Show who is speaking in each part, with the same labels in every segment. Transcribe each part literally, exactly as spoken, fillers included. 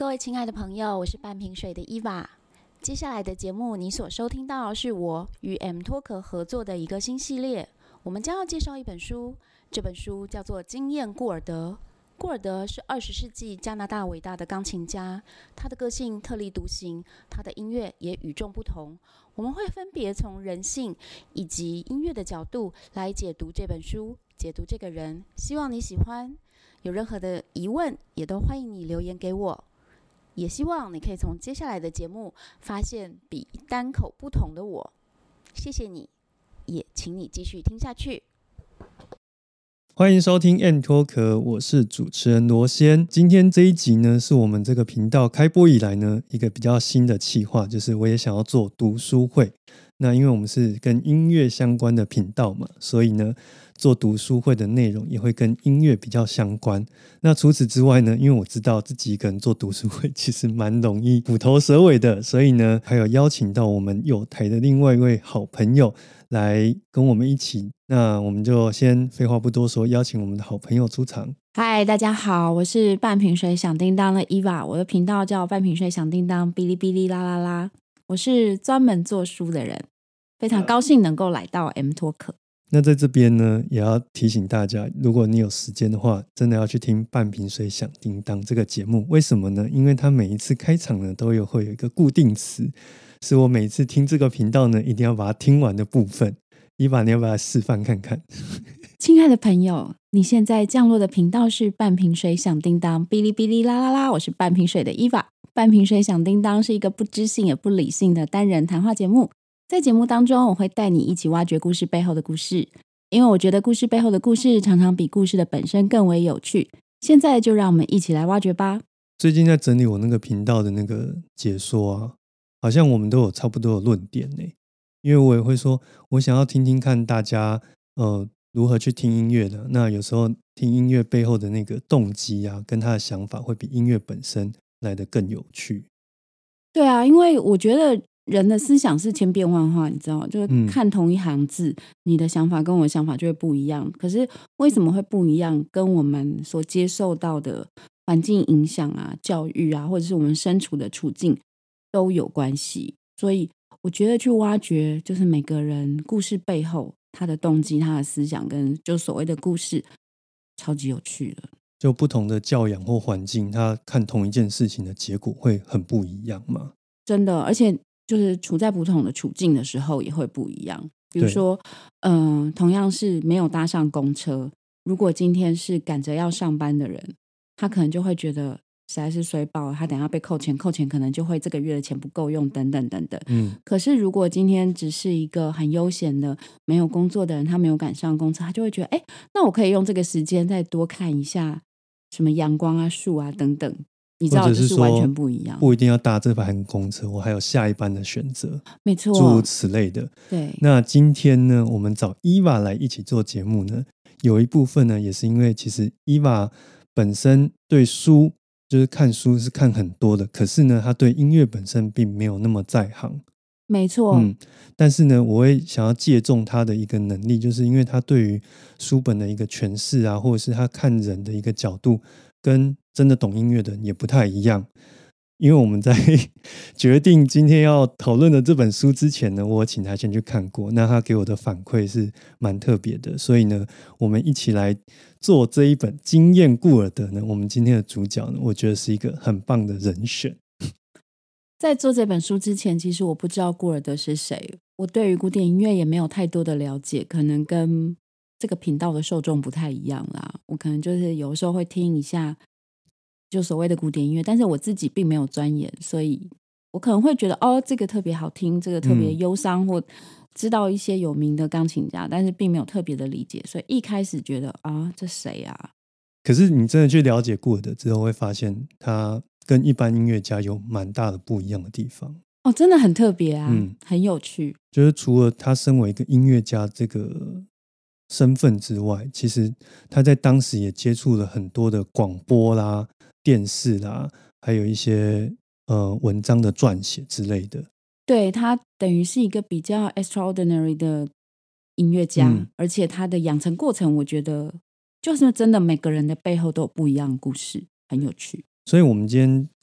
Speaker 1: 各位亲爱的朋友，我是半瓶水的伊娃。接下来的节目，你所收听到是我与 M Talk 合作的一个新系列。我们将要介绍一本书，这本书叫做《经验顾尔德》。顾尔德是二十世纪加拿大伟大的钢琴家，他的个性特立独行，他的音乐也与众不同。我们会分别从人性以及音乐的角度来解读这本书，解读这个人。希望你喜欢。有任何的疑问，也都欢迎你留言给我。也希望你可以从接下来的节目发现比单口不同的我。谢谢你，也请你继续听下去。
Speaker 2: 欢迎收听 M Talk， 我是主持人罗先。今天这一集呢，是我们这个频道开播以来呢一个比较新的企划，就是我也想要做读书会。那因为我们是跟音乐相关的频道嘛，所以呢做读书会的内容也会跟音乐比较相关。那除此之外呢，因为我知道自己一个人做读书会其实蛮容易虎头蛇尾的，所以呢还有邀请到我们友台的另外一位好朋友来跟我们一起。那我们就先废话不多说，邀请我们的好朋友出场。
Speaker 3: 嗨，大家好，我是半瓶水响叮当的伊娃，我的频道叫半瓶水响叮当哔哩哔哩啦啦啦，我是专门做书的人，非常高兴能够来到 M Talk。
Speaker 2: 那在这边呢也要提醒大家，如果你有时间的话，真的要去听半瓶水响叮当这个节目。为什么呢？因为它每一次开场呢都有会有一个固定词，是我每次听这个频道呢一定要把它听完的部分。伊娃，你要不要示范看看？
Speaker 3: 亲爱的朋友，你现在降落的频道是半瓶水响叮当哔哩哔哩啦啦啦，我是半瓶水的伊娃。半瓶水响叮当是一个不知性也不理性的单人谈话节目，在节目当中我会带你一起挖掘故事背后的故事，因为我觉得故事背后的故事常常比故事的本身更为有趣。现在就让我们一起来挖掘吧。
Speaker 2: 最近在整理我那个频道的那个解说啊，好像我们都有差不多的论点耶。因为我也会说我想要听听看大家呃如何去听音乐的，那有时候听音乐背后的那个动机啊跟他的想法会比音乐本身来得更有趣。
Speaker 3: 对啊，因为我觉得人的思想是千变万化，你知道，就是看同一行字、嗯、你的想法跟我的想法就会不一样，可是为什么会不一样，跟我们所接受到的环境影响啊、教育啊，或者是我们身处的处境都有关系。所以我觉得去挖掘就是每个人故事背后他的动机、他的思想，跟就所谓的故事超级有趣的。
Speaker 2: 就不同的教养或环境，他看同一件事情的结果会很不一样嘛。
Speaker 3: 真的，而且就是处在不同的处境的时候也会不一样。比如说嗯、呃，同样是没有搭上公车，如果今天是赶着要上班的人，他可能就会觉得实在是衰爆了，他等一下被扣钱，扣钱可能就会这个月的钱不够用等等等等。嗯，可是如果今天只是一个很悠闲的没有工作的人，他没有赶上公车，他就会觉得哎，那我可以用这个时间再多看一下什么阳光啊、树啊等等，你知道，就是完全不一样。
Speaker 2: 不一定要搭这班公车，我还有下一班的选择，
Speaker 3: 没错，
Speaker 2: 诸如此类的。
Speaker 3: 对，
Speaker 2: 那今天呢，我们找伊娃来一起做节目呢，有一部分呢，也是因为其实伊娃本身对书，就是看书是看很多的，可是呢，他对音乐本身并没有那么在行。
Speaker 3: 没错，
Speaker 2: 嗯，但是呢，我会想要借重他的一个能力，就是因为他对于书本的一个诠释啊，或者是他看人的一个角度，跟真的懂音乐的人也不太一样。因为我们在决定今天要讨论的这本书之前呢，我请他先去看过，那他给我的反馈是蛮特别的，所以呢，我们一起来做这一本《经验顾尔德》呢，我们今天的主角呢，我觉得是一个很棒的人选。
Speaker 3: 在做这本书之前，其实我不知道顾尔德是谁，我对于古典音乐也没有太多的了解，可能跟这个频道的受众不太一样啦。我可能就是有时候会听一下就所谓的古典音乐，但是我自己并没有钻研，所以我可能会觉得哦，这个特别好听，这个特别忧伤、嗯、或知道一些有名的钢琴家，但是并没有特别的理解，所以一开始觉得啊，这谁啊？
Speaker 2: 可是你真的去了解顾尔德之后，会发现他跟一般音乐家有蛮大的不一样的地方。
Speaker 3: 哦，真的很特别啊、嗯、很有趣。
Speaker 2: 就是除了他身为一个音乐家这个身份之外，其实他在当时也接触了很多的广播啦、电视啦，还有一些呃文章的撰写之类的。
Speaker 3: 对，他等于是一个比较 extraordinary 的音乐家、嗯、而且他的养成过程我觉得就是真的每个人的背后都有不一样的故事，很有趣。
Speaker 2: 所以我们今天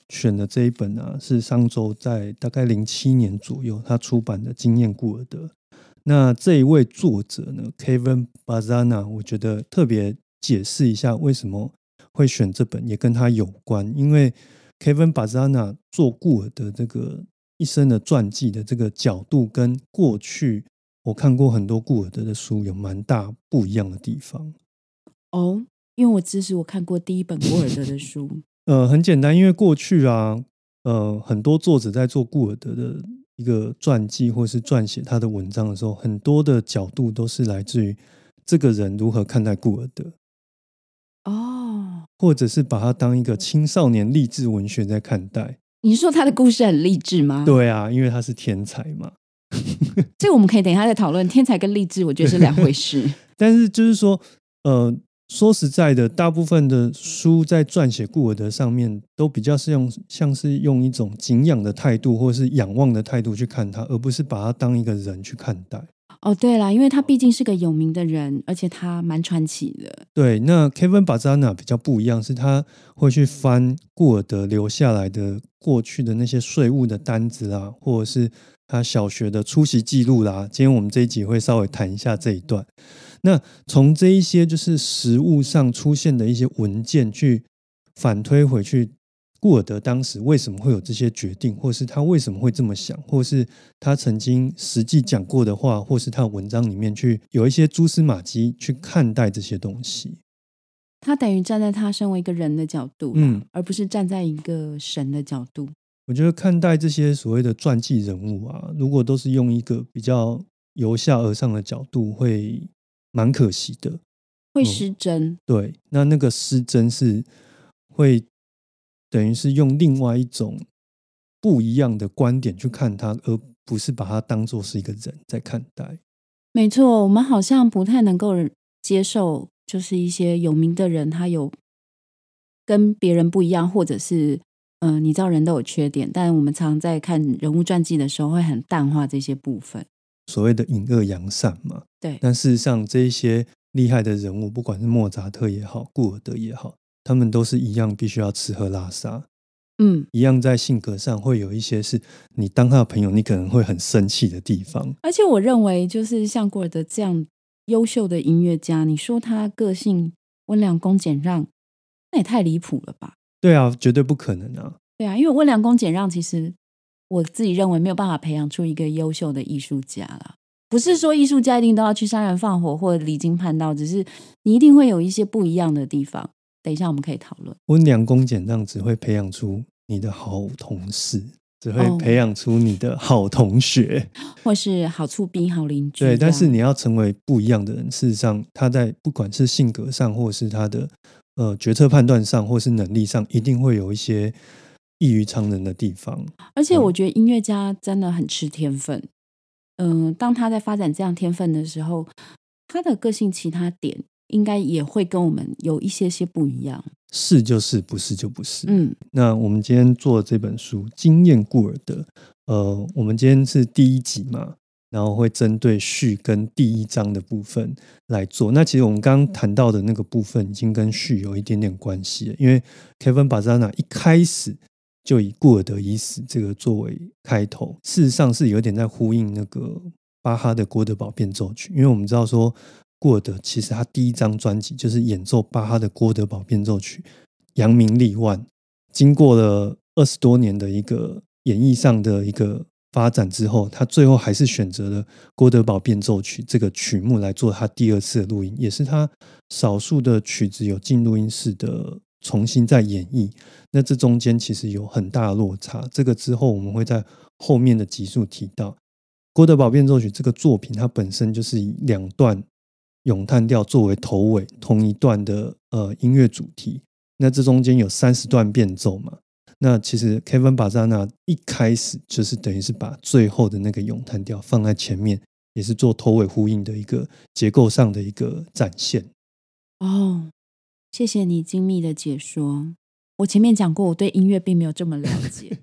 Speaker 2: 选的这一本啊，是上周在大概零七年左右他出版的《经验顾尔德》。那这一位作者呢 Kevin Bazana， 我觉得特别解释一下为什么会选这本，也跟他有关。因为 Kevin Bazana 做顾尔德这个一生的传记的这个角度，跟过去我看过很多顾尔德的书有蛮大不一样的地方。
Speaker 3: 哦，因为我只是我看过第一本顾尔德的书。
Speaker 2: 呃，很简单，因为过去啊，呃，很多作者在做顾尔德的一个传记或是撰写他的文章的时候，很多的角度都是来自于这个人如何看待顾尔德，
Speaker 3: 哦，
Speaker 2: 或者是把他当一个青少年励志文学在看待。
Speaker 3: 你说他的故事很励志吗？
Speaker 2: 对啊，因为他是天才嘛。
Speaker 3: 这个我们可以等一下再讨论。天才跟励志，我觉得是两回事。
Speaker 2: 但是就是说，呃，说实在的，大部分的书在撰写顾尔德上面，都比较是用像是用一种敬仰的态度，或是仰望的态度去看他，而不是把他当一个人去看待。
Speaker 3: 哦，对啦，因为他毕竟是个有名的人，而且他蛮传奇的。
Speaker 2: 对，那 Kevin Bazana 比较不一样，是他会去翻顾尔德留下来的过去的那些税务的单子啦，或者是他小学的出席记录啦。今天我们这一集会稍微谈一下这一段。那从这一些就是实务上出现的一些文件去反推回去，顾尔德当时为什么会有这些决定，或是他为什么会这么想，或是他曾经实际讲过的话，或是他的文章里面去有一些蛛丝马迹去看待这些东西。
Speaker 3: 他等于站在他身为一个人的角度，嗯，而不是站在一个神的角度。
Speaker 2: 我觉得看待这些所谓的传记人物啊，如果都是用一个比较由下而上的角度，会蛮可惜的，
Speaker 3: 会失真、
Speaker 2: 嗯。对，那那个失真是会等于是用另外一种不一样的观点去看他，而不是把他当作是一个人在看待。
Speaker 3: 没错，我们好像不太能够接受，就是一些有名的人，他有跟别人不一样，或者是嗯、呃，你知道人都有缺点，但我们常在看人物传记的时候，会很淡化这些部分。
Speaker 2: 所谓的隐恶扬善嘛，
Speaker 3: 对。
Speaker 2: 但事实上，这一些厉害的人物，不管是莫扎特也好，顾尔德也好，他们都是一样，必须要吃喝拉撒。嗯，一样在性格上会有一些是你当他的朋友，你可能会很生气的地方。
Speaker 3: 而且我认为，就是像顾尔德这样优秀的音乐家，你说他个性温良恭俭让，那也太离谱了吧？
Speaker 2: 对啊，绝对不可能啊。
Speaker 3: 对啊，因为温良恭俭让，其实我自己认为没有办法培养出一个优秀的艺术家啦。不是说艺术家一定都要去杀人放火或者离经叛道，只是你一定会有一些不一样的地方。等一下我们可以讨论。
Speaker 2: 温良恭俭让只会培养出你的好同事，只会培养出你的好同学，
Speaker 3: 哦、或是好厝边好邻居。
Speaker 2: 对，但是你要成为不一样的人，事实上他在不管是性格上，或是他的呃决策判断上，或是能力上，一定会有一些异于常人的地方。
Speaker 3: 而且我觉得音乐家真的很吃天分。嗯、呃，当他在发展这样天分的时候，他的个性其他点应该也会跟我们有一些些不一样。
Speaker 2: 是就是，不是就不是。
Speaker 3: 嗯，
Speaker 2: 那我们今天做的这本书《经验顾尔德》，呃，我们今天是第一集嘛，然后会针对序跟第一章的部分来做。那其实我们刚刚谈到的那个部分，已经跟序有一点点关系了，因为 Kevin Bazana 一开始就以顾尔德已死这个作为开头，事实上是有点在呼应那个巴哈的郭德堡变奏曲，因为我们知道说顾尔德其实他第一张专辑就是演奏巴哈的郭德堡变奏曲，扬名立万。经过了二十多年的一个演绎上的一个发展之后，他最后还是选择了郭德堡变奏曲这个曲目来做他第二次的录音，也是他少数的曲子有进录音室的重新再演绎。那这中间其实有很大的落差，这个之后我们会在后面的集数提到。郭德堡变奏曲这个作品，它本身就是以两段咏叹调作为头尾，同一段的呃音乐主题。那这中间有三十段变奏嘛？那其实 Kevin Bazana 一开始就是等于是把最后的那个咏叹调放在前面，也是做头尾呼应的一个结构上的一个展现。
Speaker 3: 哦，谢谢你精密的解说。我前面讲过，我对音乐并没有这么了解。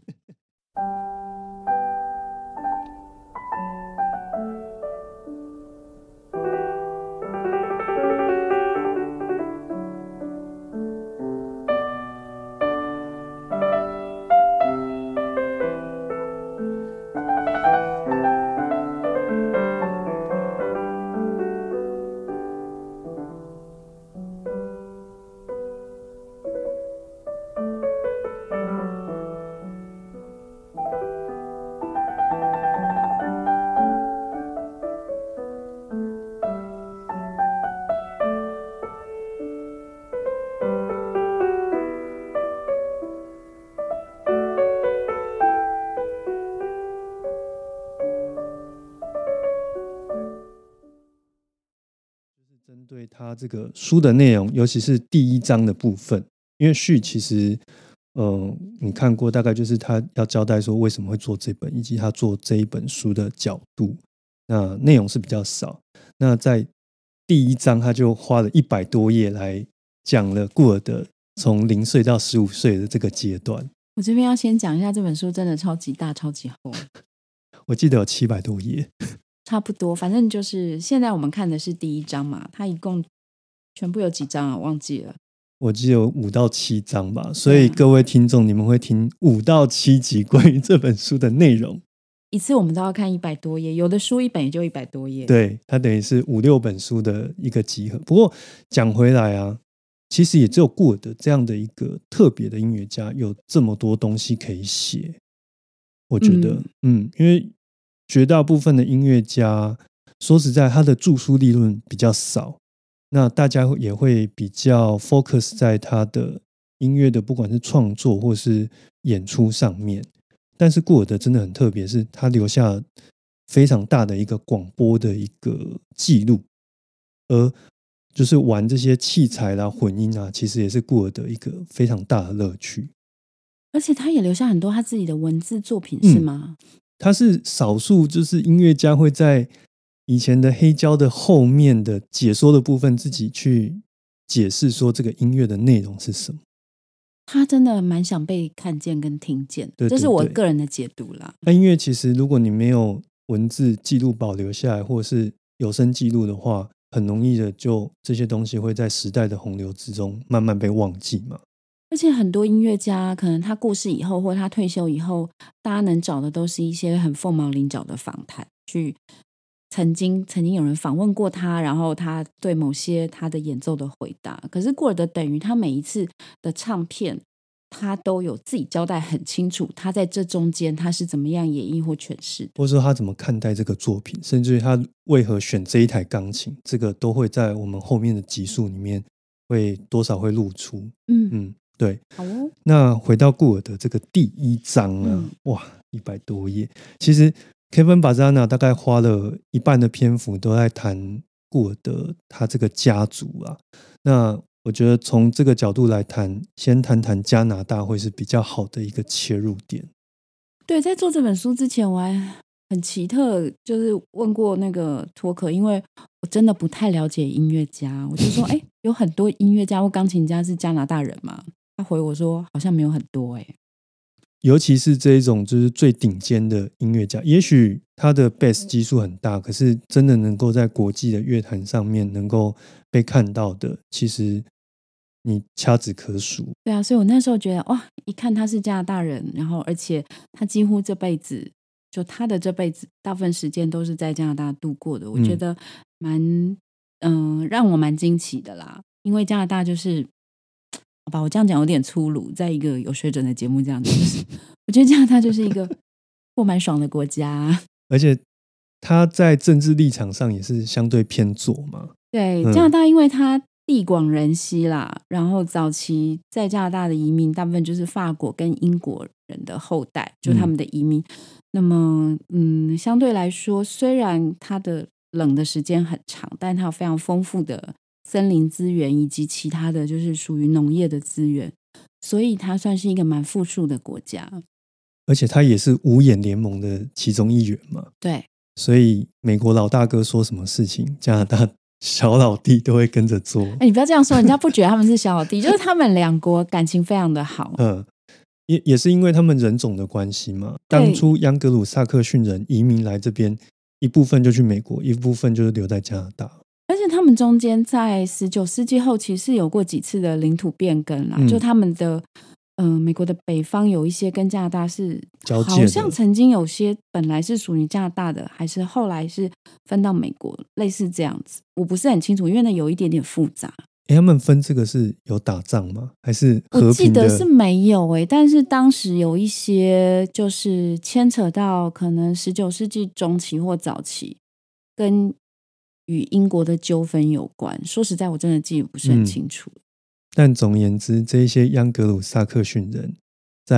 Speaker 2: 它这个书的内容，尤其是第一章的部分，因为序其实呃，你看过，大概就是他要交代说为什么会做这本，以及他做这一本书的角度，那内容是比较少。那在第一章他就花了一百多页来讲了顾尔德从零岁到十五岁的这个阶段。
Speaker 3: 我这边要先讲一下，这本书真的超级大超级厚，
Speaker 2: 我记得有七百多页，
Speaker 3: 差不多，反正就是现在我们看的是第一章嘛，它一共全部有几章啊？忘记了，
Speaker 2: 我记得有五到七章吧，所以各位听众，你们会听五到七集关于这本书的内容。
Speaker 3: 一次我们都要看一百多页，有的书一本也就一百多页。
Speaker 2: 对，它等于是五六本书的一个集合。不过讲回来啊，其实也只有顾尔德这样的一个特别的音乐家，有这么多东西可以写。我觉得，嗯, 嗯，因为绝大部分的音乐家，说实在，他的著书立论比较少。那大家也会比较 focus 在他的音乐的不管是创作或是演出上面，但是顾尔德真的很特别，是他留下非常大的一个广播的一个记录，而就是玩这些器材啦混音啊，其实也是顾尔德一个非常大的乐趣。
Speaker 3: 而且他也留下很多他自己的文字作品，是吗？
Speaker 2: 嗯，他是少数就是音乐家会在以前的黑胶的后面的解说的部分自己去解释说这个音乐的内容是什么。
Speaker 3: 他真的蛮想被看见跟听见，
Speaker 2: 对对对，
Speaker 3: 这是我个人的解读啦。
Speaker 2: 那音乐其实如果你没有文字记录保留下来，或是有声记录的话，很容易的就这些东西会在时代的洪流之中慢慢被忘记嘛。
Speaker 3: 而且很多音乐家可能他过世以后或他退休以后，大家能找的都是一些很凤毛麟角的访谈，去曾经曾经有人访问过他，然后他对某些他的演奏的回答。可是顾尔德等于他每一次的唱片，他都有自己交代很清楚，他在这中间他是怎么样演绎或诠释的，
Speaker 2: 或者说他怎么看待这个作品，甚至于他为何选这一台钢琴，这个都会在我们后面的集数里面会多少会露出。
Speaker 3: 嗯
Speaker 2: 嗯，对。
Speaker 3: 好哦。
Speaker 2: 那回到顾尔德这个第一章啊，嗯、哇，一百多页，其实 Kevin Bazana 大概花了一半的篇幅都在谈顾尔德他这个家族啊。那我觉得从这个角度来谈，先谈谈加拿大会是比较好的一个切入点。
Speaker 3: 对，在做这本书之前，我还很奇特，就是问过那个托克，因为我真的不太了解音乐家，我就说，哎，有很多音乐家或钢琴家是加拿大人吗？他回我说，好像没有很多、欸，哎。
Speaker 2: 尤其是这一种就是最顶尖的音乐家，也许他的 bass 基数很大，可是真的能够在国际的乐坛上面能够被看到的，其实你掐指可数。
Speaker 3: 对啊，所以我那时候觉得哇，一看他是加拿大人，然后而且他几乎这辈子，就他的这辈子大部分时间都是在加拿大度过的，我觉得蛮嗯、呃、让我蛮惊奇的啦，因为加拿大就是好吧，我这样讲有点粗鲁，在一个有水准的节目这样子，就是我觉得加拿大就是一个过蛮爽的国家，
Speaker 2: 而且他在政治立场上也是相对偏左嘛。
Speaker 3: 对，
Speaker 2: 嗯、
Speaker 3: 加拿大因为他地广人稀啦，然后早期在加拿大的移民大部分就是法国跟英国人的后代，就他们的移民。嗯、那么，嗯，相对来说，虽然它的冷的时间很长，但它有非常丰富的森林资源以及其他的就是属于农业的资源，所以它算是一个蛮富庶的国家。
Speaker 2: 而且它也是五眼联盟的其中一员嘛。
Speaker 3: 对，
Speaker 2: 所以美国老大哥说什么事情，加拿大小老弟都会跟着做。
Speaker 3: 哎，你不要这样说，人家不觉得他们是小老弟，就是他们两国感情非常的好。
Speaker 2: 嗯，也也是因为他们人种的关系嘛。当初央格鲁萨克逊人移民来这边，一部分就去美国，一部分就是留在加拿大。
Speaker 3: 而且他们中间在十九世纪后其实有过几次的领土变更啦，嗯、就他们的呃美国的北方有一些跟加拿大是
Speaker 2: 交界的，
Speaker 3: 好像曾经有些本来是属于加拿大的，还是后来是分到美国，类似这样子，我不是很清楚，因为那有一点点复杂。
Speaker 2: 欸、他们分这个是有打仗吗？还是和平的？
Speaker 3: 我记得是没有诶、欸，但是当时有一些就是牵扯到可能十九世纪中期或早期跟与英国的纠纷有关，说实在我真的记得不是很清楚、
Speaker 2: 嗯、但总而言之，这一些央格鲁萨克逊人在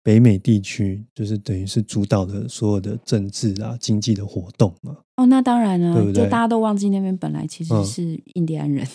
Speaker 2: 北美地区就是等于是主导的所有的政治啊经济的活动嘛。
Speaker 3: 哦，那当然了，
Speaker 2: 对不对？
Speaker 3: 就大家都忘记那边本来其实
Speaker 2: 嗯
Speaker 3: 是印第安人。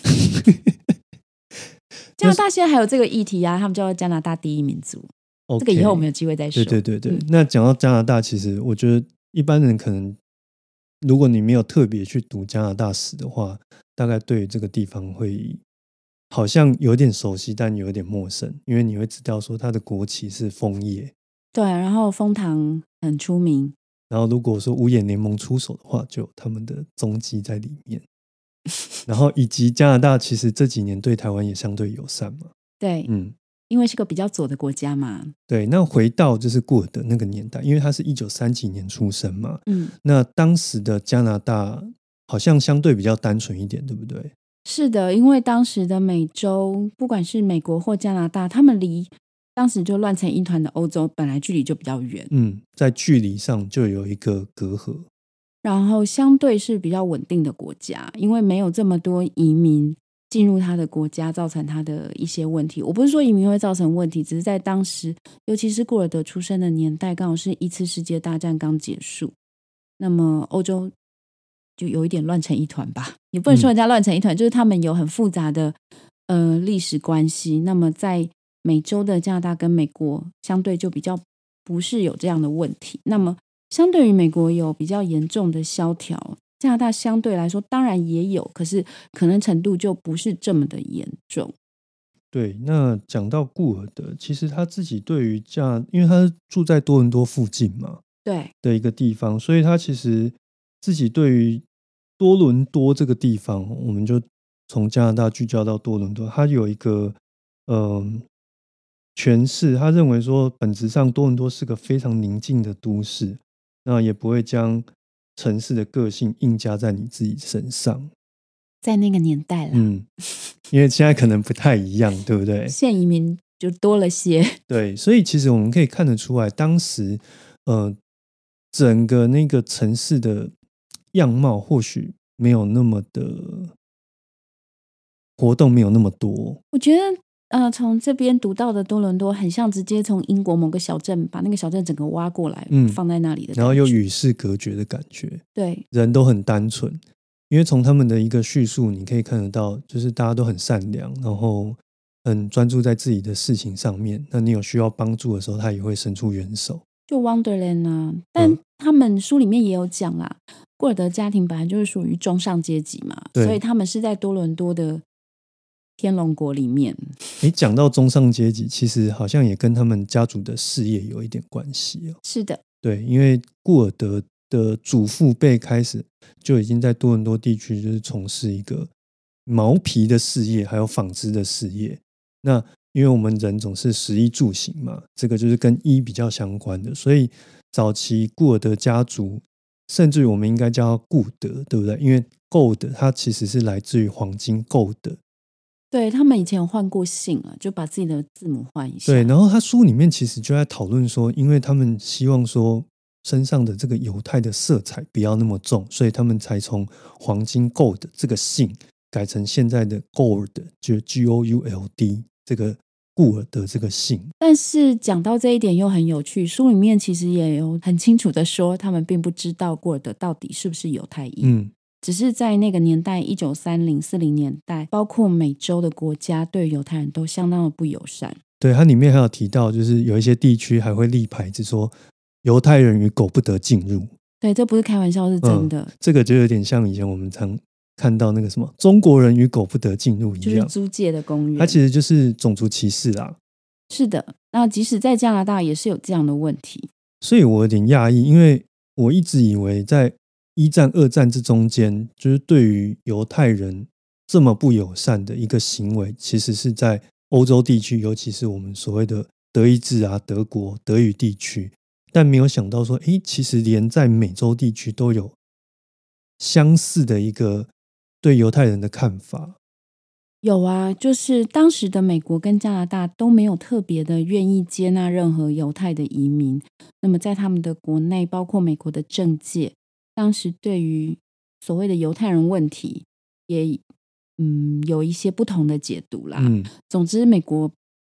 Speaker 3: 加拿大现在还有这个议题啊，他们叫加拿大第一民族。
Speaker 2: Okay,
Speaker 3: 这个以后我们有机会再说。
Speaker 2: 对对对对，
Speaker 3: 嗯、
Speaker 2: 那讲到加拿大，其实我觉得一般人可能，如果你没有特别去读加拿大史的话，大概对于这个地方会好像有点熟悉，但有点陌生，因为你会知道说它的国旗是枫叶，
Speaker 3: 对，然后枫糖很出名，
Speaker 2: 然后如果说五眼联盟出手的话，就有他们的踪迹在里面。然后以及加拿大其实这几年对台湾也相对友善嘛。
Speaker 3: 对，
Speaker 2: 嗯，
Speaker 3: 因为是个比较左的国家嘛。
Speaker 2: 对，那回到就是顾尔德那个年代，因为他是一九三几年出生嘛，
Speaker 3: 嗯，
Speaker 2: 那当时的加拿大好像相对比较单纯一点，对不对？
Speaker 3: 是的，因为当时的美洲，不管是美国或加拿大，他们离当时就乱成一团的欧洲本来距离就比较远，
Speaker 2: 嗯，在距离上就有一个隔阂，
Speaker 3: 然后相对是比较稳定的国家，因为没有这么多移民进入他的国家，造成他的一些问题。我不是说移民会造成问题，只是在当时，尤其是顾尔德出生的年代，刚好是一次世界大战刚结束，那么欧洲就有一点乱成一团吧，也不能说人家乱成一团，嗯、就是他们有很复杂的呃历史关系。那么在美洲的加拿大跟美国相对就比较不是有这样的问题。那么相对于美国有比较严重的萧条，加拿大相对来说当然也有，可是可能程度就不是这么的严重。
Speaker 2: 对，那讲到顾尔德，其实他自己对于加，因为他是住在多伦多附近嘛，
Speaker 3: 对
Speaker 2: 的一个地方，所以他其实自己对于多伦多这个地方，我们就从加拿大聚焦到多伦多，他有一个嗯诠释，他认为说本质上多伦多是个非常宁静的都市，那也不会将城市的个性硬加在你自己身上。
Speaker 3: 在那个年代啦，
Speaker 2: 嗯，因为现在可能不太一样，对不对？
Speaker 3: 现移民就多了些。
Speaker 2: 对，所以其实我们可以看得出来，当时呃整个那个城市的样貌或许没有那么的活动，没有那么多。
Speaker 3: 我觉得呃，从这边读到的多伦多很像直接从英国某个小镇把那个小镇整个挖过来，嗯、放在那里的感觉，
Speaker 2: 然后又与世隔绝的感觉。
Speaker 3: 对，
Speaker 2: 人都很单纯，因为从他们的一个叙述，你可以看得到，就是大家都很善良，然后很专注在自己的事情上面。那你有需要帮助的时候，他也会伸出援手。
Speaker 3: 就 Wonderland 啊，但他们书里面也有讲啦，顾尔德家庭本来就是属于中上阶级嘛，所以他们是在多伦多的天龙国里面。
Speaker 2: 诶，讲到中上阶级，其实好像也跟他们家族的事业有一点关系哦。
Speaker 3: 是的，
Speaker 2: 对，因为顾尔德的祖父辈开始就已经在多伦多地区就是从事一个毛皮的事业，还有纺织的事业。那因为我们人总是食衣住行嘛，这个就是跟衣比较相关的，所以早期顾尔德家族，甚至于我们应该叫他顾德，对不对？因为 gold 它其实是来自于黄金 gold。
Speaker 3: 对，他们以前有换过姓了，就把自己的字母换一下。
Speaker 2: 对，然后他书里面其实就在讨论说，因为他们希望说身上的这个犹太的色彩不要那么重，所以他们才从黄金 gold 这个姓改成现在的 gold， 就 G O U L D 这个顾尔德这个姓。
Speaker 3: 但是讲到这一点又很有趣，书里面其实也有很清楚的说，他们并不知道顾尔德到底是不是犹太裔。嗯。只是在那个年代一九三零、四零年代，包括美洲的国家对犹太人都相当的不友善。
Speaker 2: 对，它里面还有提到，就是有一些地区还会立牌子说犹太人与狗不得进入。
Speaker 3: 对，这不是开玩笑，是真的。
Speaker 2: 嗯、这个就有点像以前我们常看到那个什么中国人与狗不得进入一样，
Speaker 3: 就是租界的公园。
Speaker 2: 它其实就是种族歧视啦。
Speaker 3: 是的，那即使在加拿大也是有这样的问题。
Speaker 2: 所以我有点讶异，因为我一直以为在一战、二战这中间，就是对于犹太人这么不友善的一个行为，其实是在欧洲地区，尤其是我们所谓的德意志啊、德国、德语地区，但没有想到说，诶，其实连在美洲地区都有相似的一个对犹太人的看法。
Speaker 3: 有啊，就是当时的美国跟加拿大都没有特别的愿意接纳任何犹太的移民。那么在他们的国内，包括美国的政界，当时对于所谓的犹太人问题也嗯有一些不同的解读啦。嗯、总之美国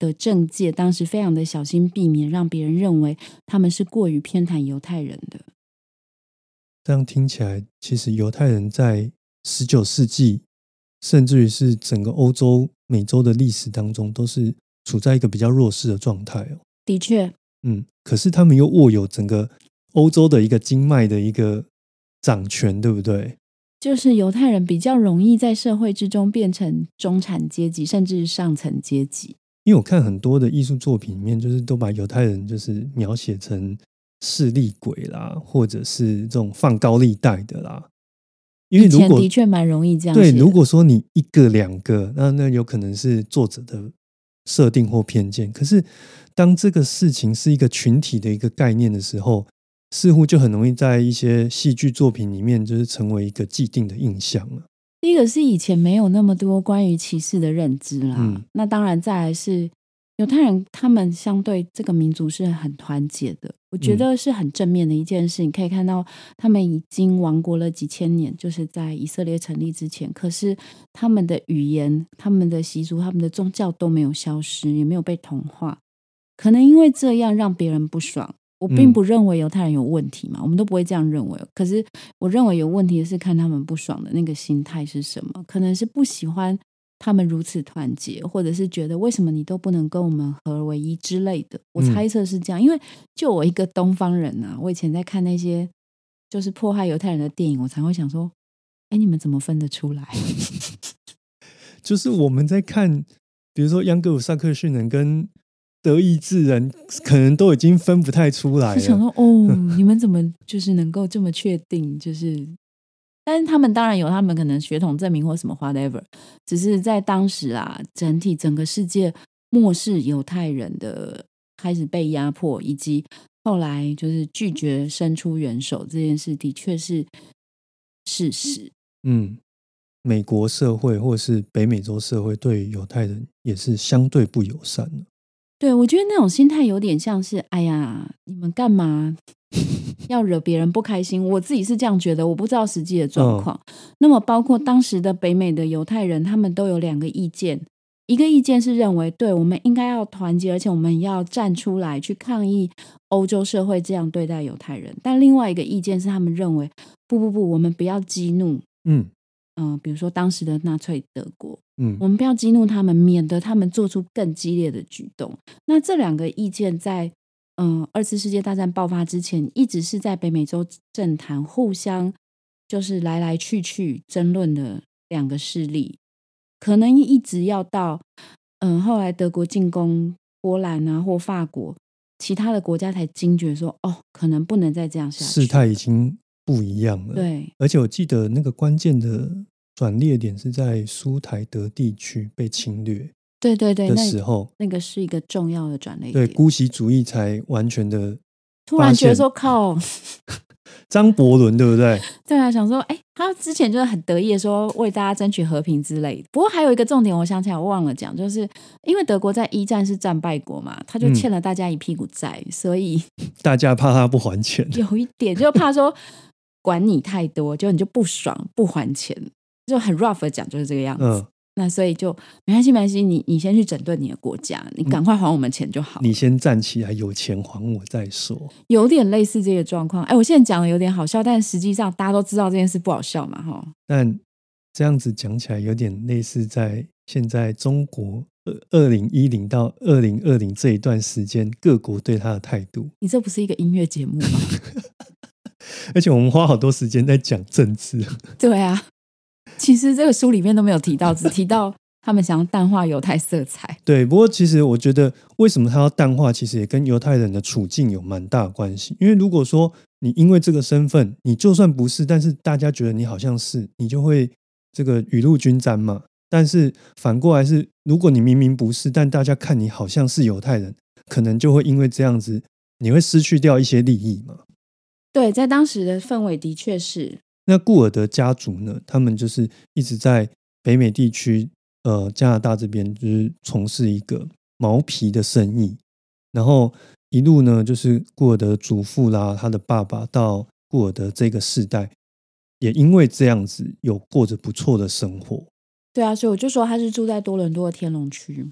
Speaker 3: 的政界当时非常的小心避免让别人认为他们是过于偏袒犹太人的。
Speaker 2: 这样听起来，其实犹太人在十九世纪甚至于是整个欧洲美洲的历史当中都是处在一个比较弱势的状态哦。
Speaker 3: 的确，
Speaker 2: 嗯，可是他们又握有整个欧洲的一个经脉的一个掌权，对不对？
Speaker 3: 就是犹太人比较容易在社会之中变成中产阶级甚至上层阶级。
Speaker 2: 因为我看很多的艺术作品里面，就是都把犹太人就是描写成势利鬼啦，或者是这种放高利贷的啦。因为如果
Speaker 3: 以前的确蛮容易这样写
Speaker 2: 对，
Speaker 3: 的。
Speaker 2: 如果说你一个两个，那那有可能是作者的设定或偏见。可是当这个事情是一个群体的一个概念的时候，似乎就很容易在一些戏剧作品里面就是成为一个既定的印象了。
Speaker 3: 第一个是以前没有那么多关于歧视的认知啦，
Speaker 2: 嗯
Speaker 3: 那当然再来是犹太人他们相对这个民族是很团结的，我觉得是很正面的一件事。你可以看到他们已经亡国了几千年，就是在以色列成立之前，可是他们的语言、他们的习俗、他们的宗教都没有消失，也没有被同化。可能因为这样让别人不爽，我并不认为犹太人有问题嘛，我们都不会这样认为。可是我认为有问题的是看他们不爽的那个心态是什么，可能是不喜欢他们如此团结，或者是觉得为什么你都不能跟我们合而为一之类的。我猜测是这样，因为就我一个东方人啊，我以前在看那些就是迫害犹太人的电影，我才会想说，哎，你们怎么分得出来？
Speaker 2: 就是我们在看，比如说央格鲁萨克逊人跟德意志人，可能都已经分不太出来了。
Speaker 3: 我想说，哦，你们怎么就是能够这么确定？就是，但是他们当然有他们可能血统证明或什么 whatever， 只是在当时啊，整体整个世界漠视犹太人的开始被压迫，以及后来就是拒绝伸出援手这件事，的确是事实。
Speaker 2: 嗯，美国社会或是北美洲社会对犹太人也是相对不友善的。
Speaker 3: 对，我觉得那种心态有点像是，哎呀，你们干嘛要惹别人不开心？我自己是这样觉得，我不知道实际的状况。嗯、那么，包括当时的北美的犹太人，他们都有两个意见。一个意见是认为，对，我们应该要团结，而且我们要站出来去抗议欧洲社会这样对待犹太人。但另外一个意见是，他们认为，不不不，我们不要激怒，嗯嗯、呃，比如说当时的纳粹德国。嗯，我们不要激怒他们，免得他们做出更激烈的举动。那这两个意见在嗯、呃、二次世界大战爆发之前，一直是在北美洲政坛互相就是来来去去争论的两个势力，可能一直要到嗯、呃、后来德国进攻波兰啊或法国，其他的国家才惊觉说，哦，可能不能再这样下去，
Speaker 2: 事态已经不一样了。
Speaker 3: 对，
Speaker 2: 而且我记得那个关键的转捩点是在苏台德地区被侵略
Speaker 3: 对对对
Speaker 2: 的时候，
Speaker 3: 那, 那个是一个重要的转捩点。
Speaker 2: 对，姑息主义才完全的
Speaker 3: 突然觉得说靠
Speaker 2: 张伯伦对不对？
Speaker 3: 对啊，想说哎，他之前就是很得意的说为大家争取和平之类的。不过还有一个重点，我想起来我忘了讲，就是因为德国在一战是战败国嘛，他就欠了大家一屁股债，嗯、所以
Speaker 2: 大家怕他不还钱，
Speaker 3: 有一点就怕说管你太多，就你就不爽不还钱。就很 rough 的讲就是这个样子、嗯、那所以就没关系没关系，你你先去整顿你的国家，你赶快还我们钱就好、嗯、
Speaker 2: 你先站起来，有钱还我再说，
Speaker 3: 有点类似这个状况。哎，我现在讲的有点好笑，但实际上大家都知道这件事不好笑嘛齁。
Speaker 2: 但这样子讲起来有点类似在现在中国二零一零到二零二零这一段时间各国对他的态度。
Speaker 3: 你这不是一个音乐节目吗？
Speaker 2: 而且我们花好多时间在讲政治。
Speaker 3: 对啊，其实这个书里面都没有提到，只提到他们想要淡化犹太色彩。
Speaker 2: 对，不过其实我觉得为什么他要淡化，其实也跟犹太人的处境有蛮大的关系。因为如果说你因为这个身份，你就算不是，但是大家觉得你好像是，你就会这个雨露均沾嘛。但是反过来是，如果你明明不是，但大家看你好像是犹太人，可能就会因为这样子，你会失去掉一些利益嘛。
Speaker 3: 对，在当时的氛围的确是。
Speaker 2: 那顾尔德家族呢，他们就是一直在北美地区呃加拿大这边就是从事一个毛皮的生意，然后一路呢就是顾尔德祖父啦，他的爸爸到顾尔德这个世代也因为这样子有过着不错的生活。
Speaker 3: 对啊，所以我就说他是住在多伦多的天龙区。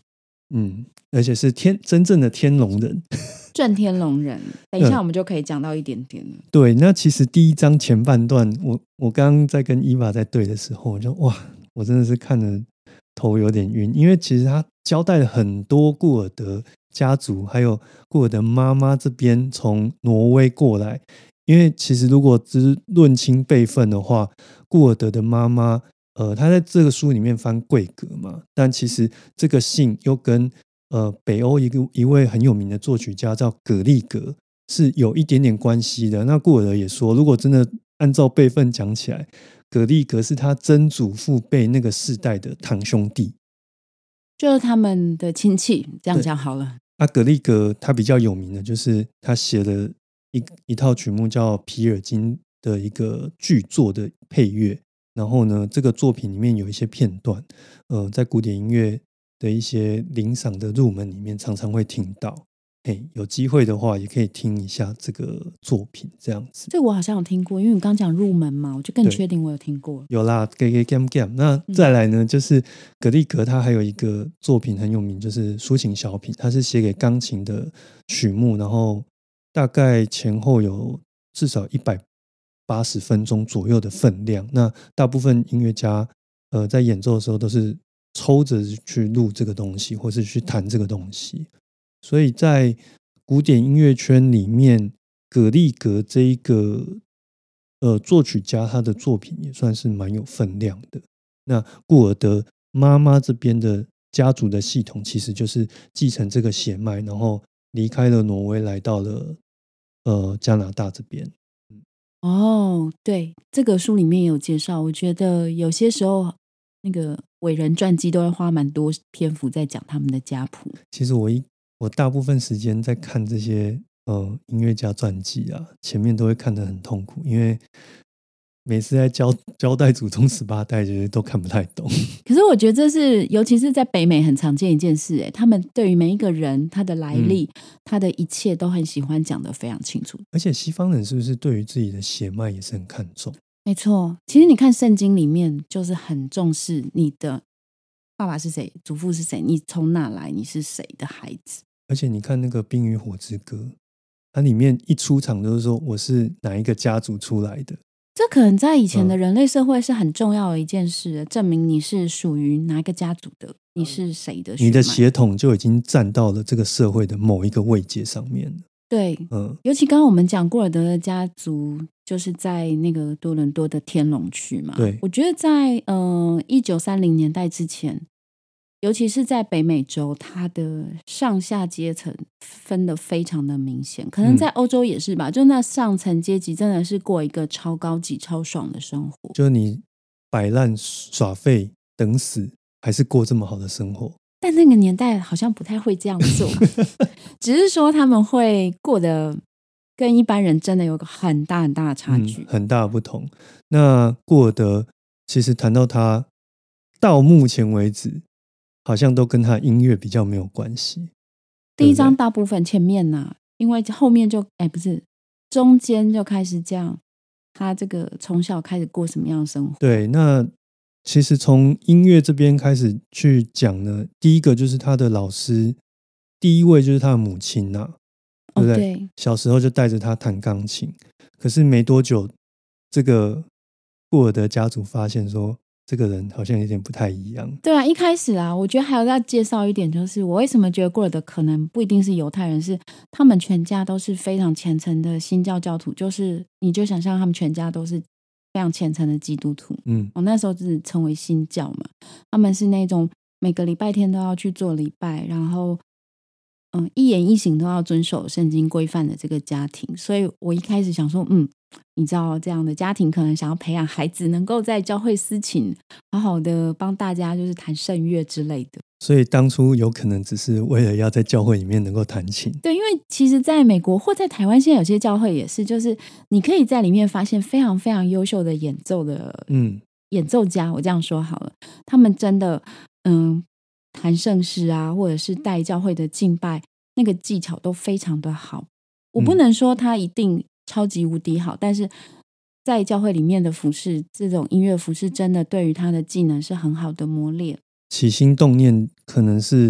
Speaker 2: 嗯，而且是天真正的天龙人，
Speaker 3: 转天龙人。等一下我们就可以讲到一点点了。
Speaker 2: 对，那其实第一章前半段，我我刚刚在跟伊娃在对的时候，我就哇，我真的是看了头有点晕，因为其实他交代了很多顾尔德家族，还有顾尔德妈妈这边从挪威过来。因为其实如果只是论亲辈分的话，顾尔德的妈妈，呃，她在这个书里面翻贵格嘛，但其实这个姓又跟呃北欧一个一位很有名的作曲家叫葛利格是有一点点关系的。那顾尔德也说，如果真的按照辈分讲起来，葛利格是他曾祖父辈那个世代的堂兄弟，
Speaker 3: 就是他们的亲戚，这样讲好了。
Speaker 2: 啊，葛利格他比较有名的就是他写了一一套曲目叫《皮尔金》的一个剧作的配乐，然后呢，这个作品里面有一些片段，呃，在古典音乐的一些领赏的入门里面常常会听到。嘿，有机会的话也可以听一下这个作品，这样子。
Speaker 3: 这个我好像有听过，因为你刚讲入门嘛，我就更确定我有听过。
Speaker 2: 有啦 ，G G Gam Gam。那再来呢，嗯、就是葛利格他还有一个作品很有名，就是抒情小品，他是写给钢琴的曲目，然后大概前后有至少一百八十分钟左右的分量。那大部分音乐家呃在演奏的时候都是抽着去录这个东西，或是去弹这个东西。所以在古典音乐圈里面，葛利格这一个呃作曲家，他的作品也算是蛮有分量的。那顾尔德妈妈这边的家族的系统，其实就是继承这个血脉，然后离开了挪威，来到了呃加拿大这边。
Speaker 3: 哦，对，这个书里面有介绍。我觉得有些时候那个伟人传记都会花蛮多篇幅在讲他们的家谱。
Speaker 2: 其实我一我大部分时间在看这些呃音乐家传记啊，前面都会看得很痛苦，因为每次在交交代祖宗十八代，就是都看不太懂。
Speaker 3: 可是我觉得这是尤其是在北美很常见一件事，哎，他们对于每一个人他的来历、嗯、他的一切都很喜欢讲得非常清楚。
Speaker 2: 而且西方人是不是对于自己的血脉也是很看重？
Speaker 3: 没错，其实你看圣经里面就是很重视你的爸爸是谁，祖父是谁，你从哪来，你是谁的孩子。
Speaker 2: 而且你看那个《冰与火之歌》，它里面一出场就是说我是哪一个家族出来的。
Speaker 3: 这可能在以前的人类社会是很重要的一件事、嗯、证明你是属于哪一个家族的，你是谁的血脉，
Speaker 2: 你的血统就已经站到了这个社会的某一个位阶上面了。
Speaker 3: 对，嗯，尤其刚刚我们讲顾尔德的家族就是在那个多伦多的天龙区嘛。
Speaker 2: 对，
Speaker 3: 我觉得在呃一九三零年代之前，尤其是在北美洲，它的上下阶层分得非常的明显，可能在欧洲也是吧、嗯、就那上层阶级真的是过一个超高级超爽的生活，
Speaker 2: 就你摆烂耍废等死还是过这么好的生活。
Speaker 3: 但那个年代好像不太会这样做只是说他们会过得跟一般人真的有个很大很大的差距、
Speaker 2: 嗯、很大的不同。那顾尔德其实谈到他到目前为止好像都跟他音乐比较没有关系。
Speaker 3: 第一章大部分前面啊，因为后面就哎不是中间就开始这样，他这个从小开始过什么样的生活。
Speaker 2: 对，那其实从音乐这边开始去讲呢，第一个就是他的老师，第一位就是他的母亲啊，对不对？哦、对，小时候就带着他弹钢琴，可是没多久，这个顾尔德家族发现说这个人好像有点不太一样。
Speaker 3: 对啊，一开始啊，我觉得还有要介绍一点，就是我为什么觉得顾尔德可能不一定是犹太人，是他们全家都是非常虔诚的新教教徒，就是你就想象他们全家都是非常虔诚的基督徒。嗯，我那时候就是称为新教嘛，他们是那种每个礼拜天都要去做礼拜，然后嗯一言一行都要遵守圣经规范的这个家庭。所以我一开始想说，嗯，你知道这样的家庭可能想要培养孩子能够在教会司琴好好的帮大家就是弹圣乐之类的，
Speaker 2: 所以当初有可能只是为了要在教会里面能够弹琴。
Speaker 3: 对，因为其实在美国或在台湾现在有些教会也是，就是你可以在里面发现非常非常优秀的演奏的嗯演奏家，我这样说好了，他们真的嗯弹圣诗啊，或者是带教会的敬拜，那个技巧都非常的好。我不能说他一定超级无敌好，但是在教会里面的服事，这种音乐服事真的对于他的技能是很好的磨练。
Speaker 2: 起心动念可能是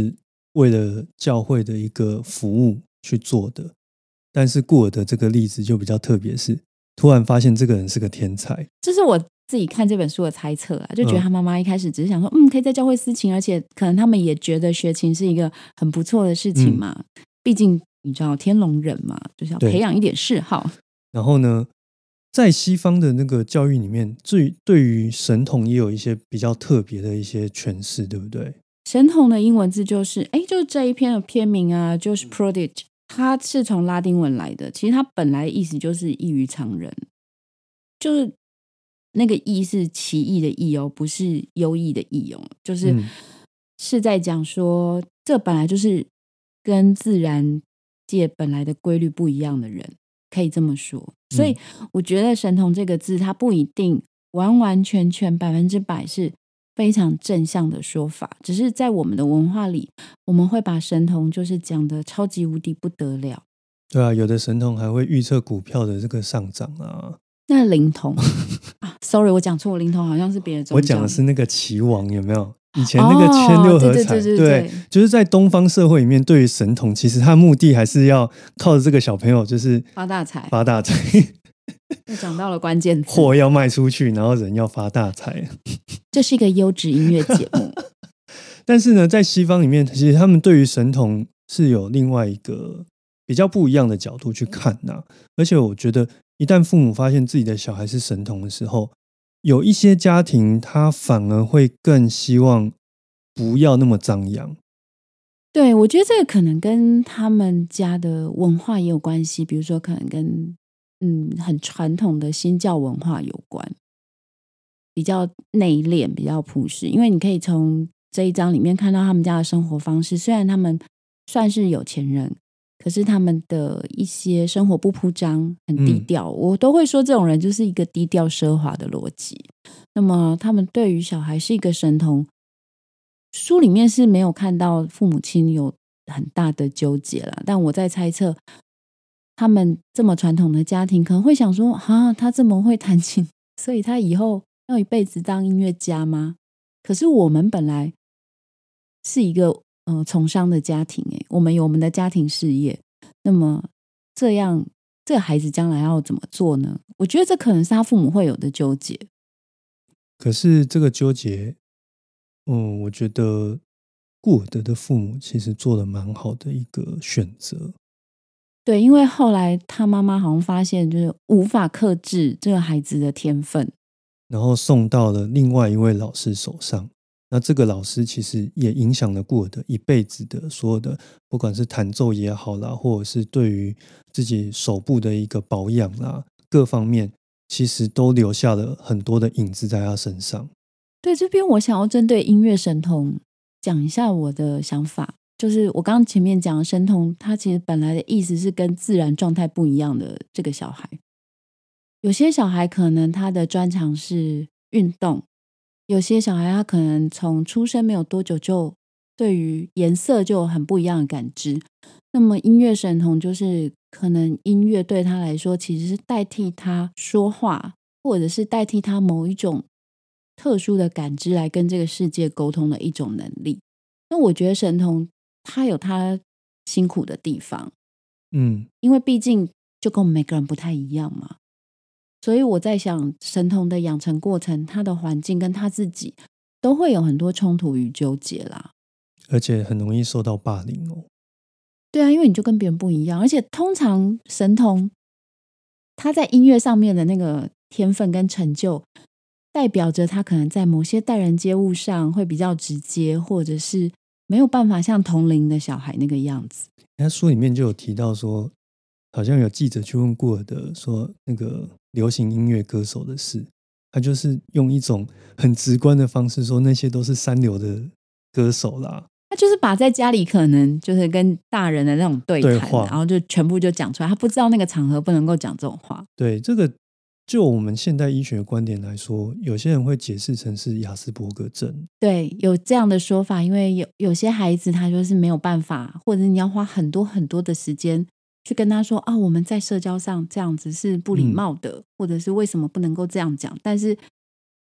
Speaker 2: 为了教会的一个服务去做的。但是顾尔的这个例子就比较特别，是突然发现这个人是个天才。
Speaker 3: 这是我自己看这本书的猜测啊，就觉得他妈妈一开始只是想说，嗯，可以在教会司琴，而且可能他们也觉得学琴是一个很不错的事情嘛。嗯、毕竟你知道天龙人嘛，就是要培养一点嗜好。
Speaker 2: 然后呢，在西方的那个教育里面，对对于神童也有一些比较特别的一些诠释，对不对？
Speaker 3: 神童的英文字就是，哎，就是这一篇的篇名啊，就是 prodigy。它是从拉丁文来的，其实它本来的意思就是异于常人，就是那个异是奇异的异哦，不是优异的异哦，就是、嗯、是在讲说这本来就是跟自然界本来的规律不一样的人，可以这么说。所以我觉得神童这个字它不一定完完全全百分之百是非常正向的说法，只是在我们的文化里，我们会把神童就是讲的超级无敌不得了。
Speaker 2: 对啊，有的神童还会预测股票的这个上涨啊。
Speaker 3: 那灵童啊 ，sorry， 我讲错，灵童好像是别的宗教。
Speaker 2: 我讲的是那个棋王，有没有？以前那个签六合彩，
Speaker 3: 哦、对, 对, 对, 对, 对, 对，
Speaker 2: 就是在东方社会里面，对于神童，其实他目的还是要靠着这个小朋友，就是
Speaker 3: 发大财，
Speaker 2: 发大财。
Speaker 3: 又讲到了关键词，
Speaker 2: 货要卖出去，然后人要发大财。
Speaker 3: 这是一个优质音乐节目。
Speaker 2: 但是呢，在西方里面，其实他们对于神童是有另外一个比较不一样的角度去看呐、啊。而且我觉得，一旦父母发现自己的小孩是神童的时候，有一些家庭他反而会更希望不要那么张扬。
Speaker 3: 对，我觉得这个可能跟他们家的文化也有关系，比如说可能跟嗯很传统的新教文化有关，比较内敛，比较朴实。因为你可以从这一章里面看到他们家的生活方式，虽然他们算是有钱人，可是他们的一些生活不铺张，很低调、嗯、我都会说这种人就是一个低调奢华的逻辑。那么他们对于小孩是一个神童，书里面是没有看到父母亲有很大的纠结啦，但我在猜测他们这么传统的家庭可能会想说，啊，他这么会弹琴，所以他以后要一辈子当音乐家吗？可是我们本来是一个呃从商的家庭，诶，我们有我们的家庭事业，那么这样这个孩子将来要怎么做呢？我觉得这可能是他父母会有的纠结。
Speaker 2: 可是这个纠结，嗯，我觉得顾尔德的父母其实做了蛮好的一个选择。
Speaker 3: 对，因为后来他妈妈好像发现就是无法克制这个孩子的天分，
Speaker 2: 然后送到了另外一位老师手上。那这个老师其实也影响了顾尔德一辈子的所有的，不管是弹奏也好啦，或者是对于自己手部的一个保养啦，各方面其实都留下了很多的影子在他身上。
Speaker 3: 对，这边我想要针对音乐神童讲一下我的想法，就是我刚刚前面讲的神童，他其实本来的意思是跟自然状态不一样的这个小孩。有些小孩可能他的专长是运动，有些小孩他可能从出生没有多久就对于颜色就有很不一样的感知。那么音乐神童就是可能音乐对他来说其实是代替他说话，或者是代替他某一种特殊的感知来跟这个世界沟通的一种能力。那我觉得神童他有他辛苦的地方，
Speaker 2: 嗯，
Speaker 3: 因为毕竟就跟我们每个人不太一样嘛。所以我在想神童的养成过程，他的环境跟他自己都会有很多冲突与纠结啦，
Speaker 2: 而且很容易受到霸凌哦。
Speaker 3: 对啊，因为你就跟别人不一样，而且通常神童他在音乐上面的那个天分跟成就，代表着他可能在某些待人接物上会比较直接，或者是没有办法像同龄的小孩那个样子。
Speaker 2: 他书里面就有提到说，好像有记者去问顾尔德说那个流行音乐歌手的事，他就是用一种很直观的方式说那些都是三流的歌手啦。
Speaker 3: 他就是把在家里可能就是跟大人的那种对谈，
Speaker 2: 对话
Speaker 3: 然后就全部就讲出来，他不知道那个场合不能够讲这种话。
Speaker 2: 对，这个就我们现代医学观点来说，有些人会解释成是亚斯伯格症。
Speaker 3: 对，有这样的说法，因为有有些孩子他就是没有办法，或者你要花很多很多的时间去跟他说啊，我们在社交上这样子是不礼貌的、嗯、或者是为什么不能够这样讲，但是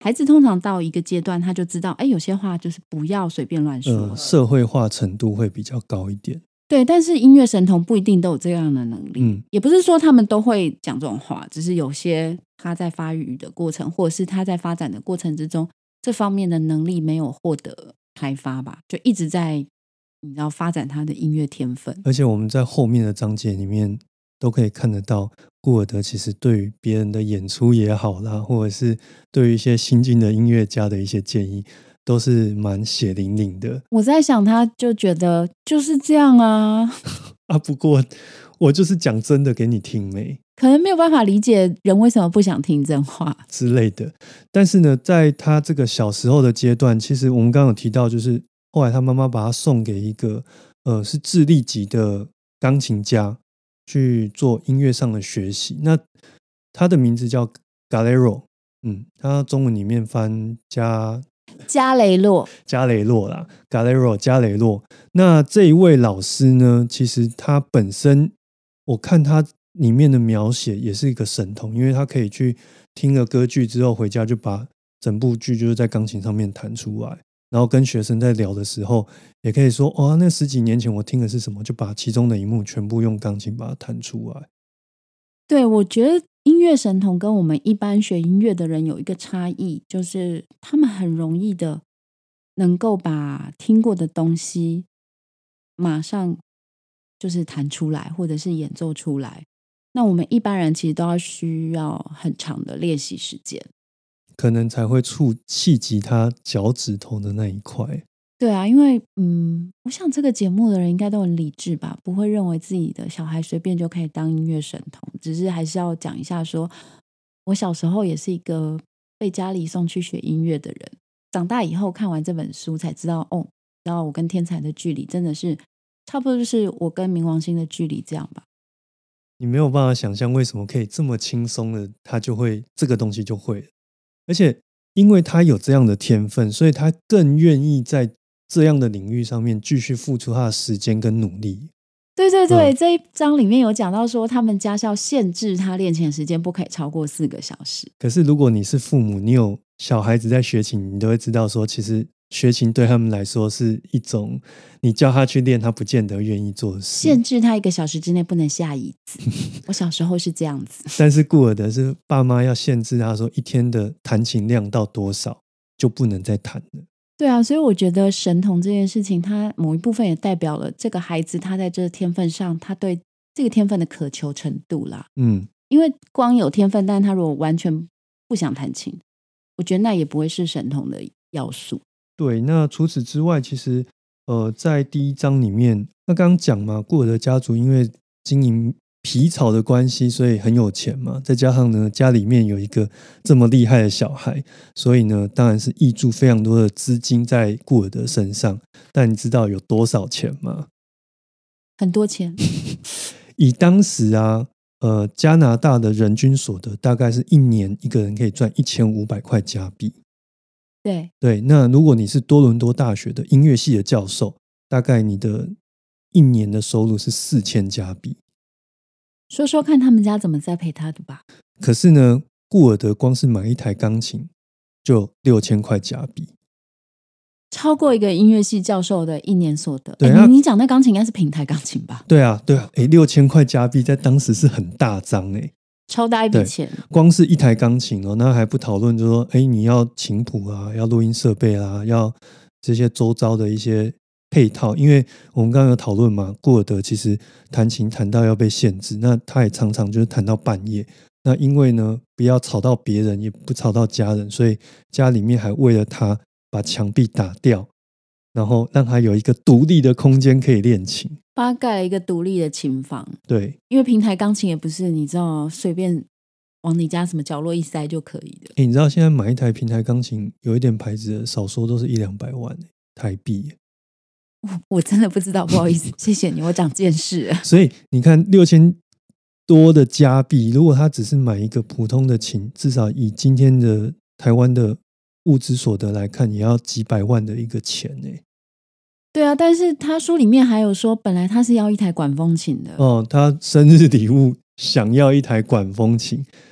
Speaker 3: 孩子通常到一个阶段，他就知道，哎，有些话就是不要随便乱说、
Speaker 2: 呃，社会化程度会比较高一点。
Speaker 3: 对，但是音乐神童不一定都有这样的能力，
Speaker 2: 嗯，
Speaker 3: 也不是说他们都会讲这种话，只是有些他在发育的过程，或者是他在发展的过程之中，这方面的能力没有获得开发吧，就一直在你知道发展他的音乐天分。
Speaker 2: 而且我们在后面的章节里面都可以看得到，顾尔德其实对于别人的演出也好啦，或者是对于一些新进的音乐家的一些建议，都是蛮血淋淋的。
Speaker 3: 我在想，他就觉得就是这样啊
Speaker 2: 啊，不过我就是讲真的给你听没，
Speaker 3: 可能没有办法理解人为什么不想听真话
Speaker 2: 之类的。但是呢，在他这个小时候的阶段，其实我们刚刚有提到，就是后来他妈妈把他送给一个呃是智利籍的钢琴家去做音乐上的学习。那他的名字叫 Galero， 嗯，他中文里面翻加
Speaker 3: 加雷洛
Speaker 2: 加雷洛啦 Galero 加雷洛。那这一位老师呢，其实他本身我看他里面的描写也是一个神童，因为他可以去听了歌剧之后回家就把整部剧就是在钢琴上面弹出来，然后跟学生在聊的时候也可以说，哦，那十几年前我听的是什么，就把其中的一幕全部用钢琴把它弹出来。
Speaker 3: 对，我觉得音乐神童跟我们一般学音乐的人有一个差异，就是他们很容易的能够把听过的东西马上就是弹出来，或者是演奏出来。那我们一般人其实都要需要很长的练习时间，
Speaker 2: 可能才会触气及他脚趾头的那一块。
Speaker 3: 对啊，因为嗯，我想这个节目的人应该都很理智吧，不会认为自己的小孩随便就可以当音乐神童，只是还是要讲一下说，我小时候也是一个被家里送去学音乐的人，长大以后看完这本书才知道，哦，然后我跟天才的距离真的是差不多就是我跟冥王星的距离这样吧。
Speaker 2: 你没有办法想象为什么可以这么轻松的，他就会这个东西就会了，而且因为他有这样的天分，所以他更愿意在这样的领域上面继续付出他的时间跟努力。
Speaker 3: 对对对、
Speaker 2: 嗯、
Speaker 3: 这一章里面有讲到说，他们家校限制他练琴的时间不可以超过四个小时。
Speaker 2: 可是如果你是父母，你有小孩子在学琴，你都会知道说，其实学琴对他们来说是一种你叫他去练他不见得愿意做的事，
Speaker 3: 限制他一个小时之内不能下椅子我小时候是这样子
Speaker 2: 但是顾尔德是爸妈要限制他说一天的弹琴量到多少就不能再弹了。
Speaker 3: 对啊，所以我觉得神童这件事情，它某一部分也代表了这个孩子他在这个天分上，他对这个天分的渴求程度啦。
Speaker 2: 嗯，
Speaker 3: 因为光有天分，但是他如果完全不想弹琴，我觉得那也不会是神童的要素。
Speaker 2: 对，那除此之外，其实呃，在第一章里面，那刚刚讲嘛，顾尔德家族因为经营皮草的关系，所以很有钱嘛，再加上呢，家里面有一个这么厉害的小孩，所以呢，当然是挹注非常多的资金在顾尔德身上。但你知道有多少钱吗？
Speaker 3: 很多钱。
Speaker 2: 以当时啊，呃，加拿大的人均所得大概是一年一个人可以赚一千五百块加币。
Speaker 3: 对
Speaker 2: 对，那如果你是多伦多大学的音乐系的教授，大概你的一年的收入是四千加币。
Speaker 3: 说说看他们家怎么栽培他的吧。
Speaker 2: 可是呢，顾尔德光是买一台钢琴就六千块加币，
Speaker 3: 超过一个音乐系教授的一年所得。
Speaker 2: 对，
Speaker 3: 你你讲那钢琴应该是平台钢琴吧？
Speaker 2: 对啊，对啊，哎，六千块加币在当时是很大张哎，
Speaker 3: 超大一笔钱。
Speaker 2: 光是一台钢琴哦，那还不讨论，就说哎，你要琴谱啊，要录音设备啊，要这些周遭的一些配套，因为我们刚刚有讨论嘛，顾尔德其实弹琴弹到要被限制，那他也常常就是弹到半夜。那因为呢，不要吵到别人，也不吵到家人，所以家里面还为了他把墙壁打掉，然后让他有一个独立的空间可以练琴，
Speaker 3: 帮他盖了一个独立的琴房。
Speaker 2: 对，
Speaker 3: 因为平台钢琴也不是你知道随便往你家什么角落一塞就可以的。
Speaker 2: 欸，你知道现在买一台平台钢琴有一点牌子的，少说都是一两百万台币。
Speaker 3: 我我真的不知道，不好意思，谢谢你，我长见识了。
Speaker 2: 所以你看六千多的加币，如果他只是买一个普通的琴，至少以今天的台湾的物质所得来看，也要几百万的一个钱呢。
Speaker 3: 对啊，但是他书里面还有说，本来他是要一台管风琴的
Speaker 2: 哦，他生日礼物想要一台管风琴，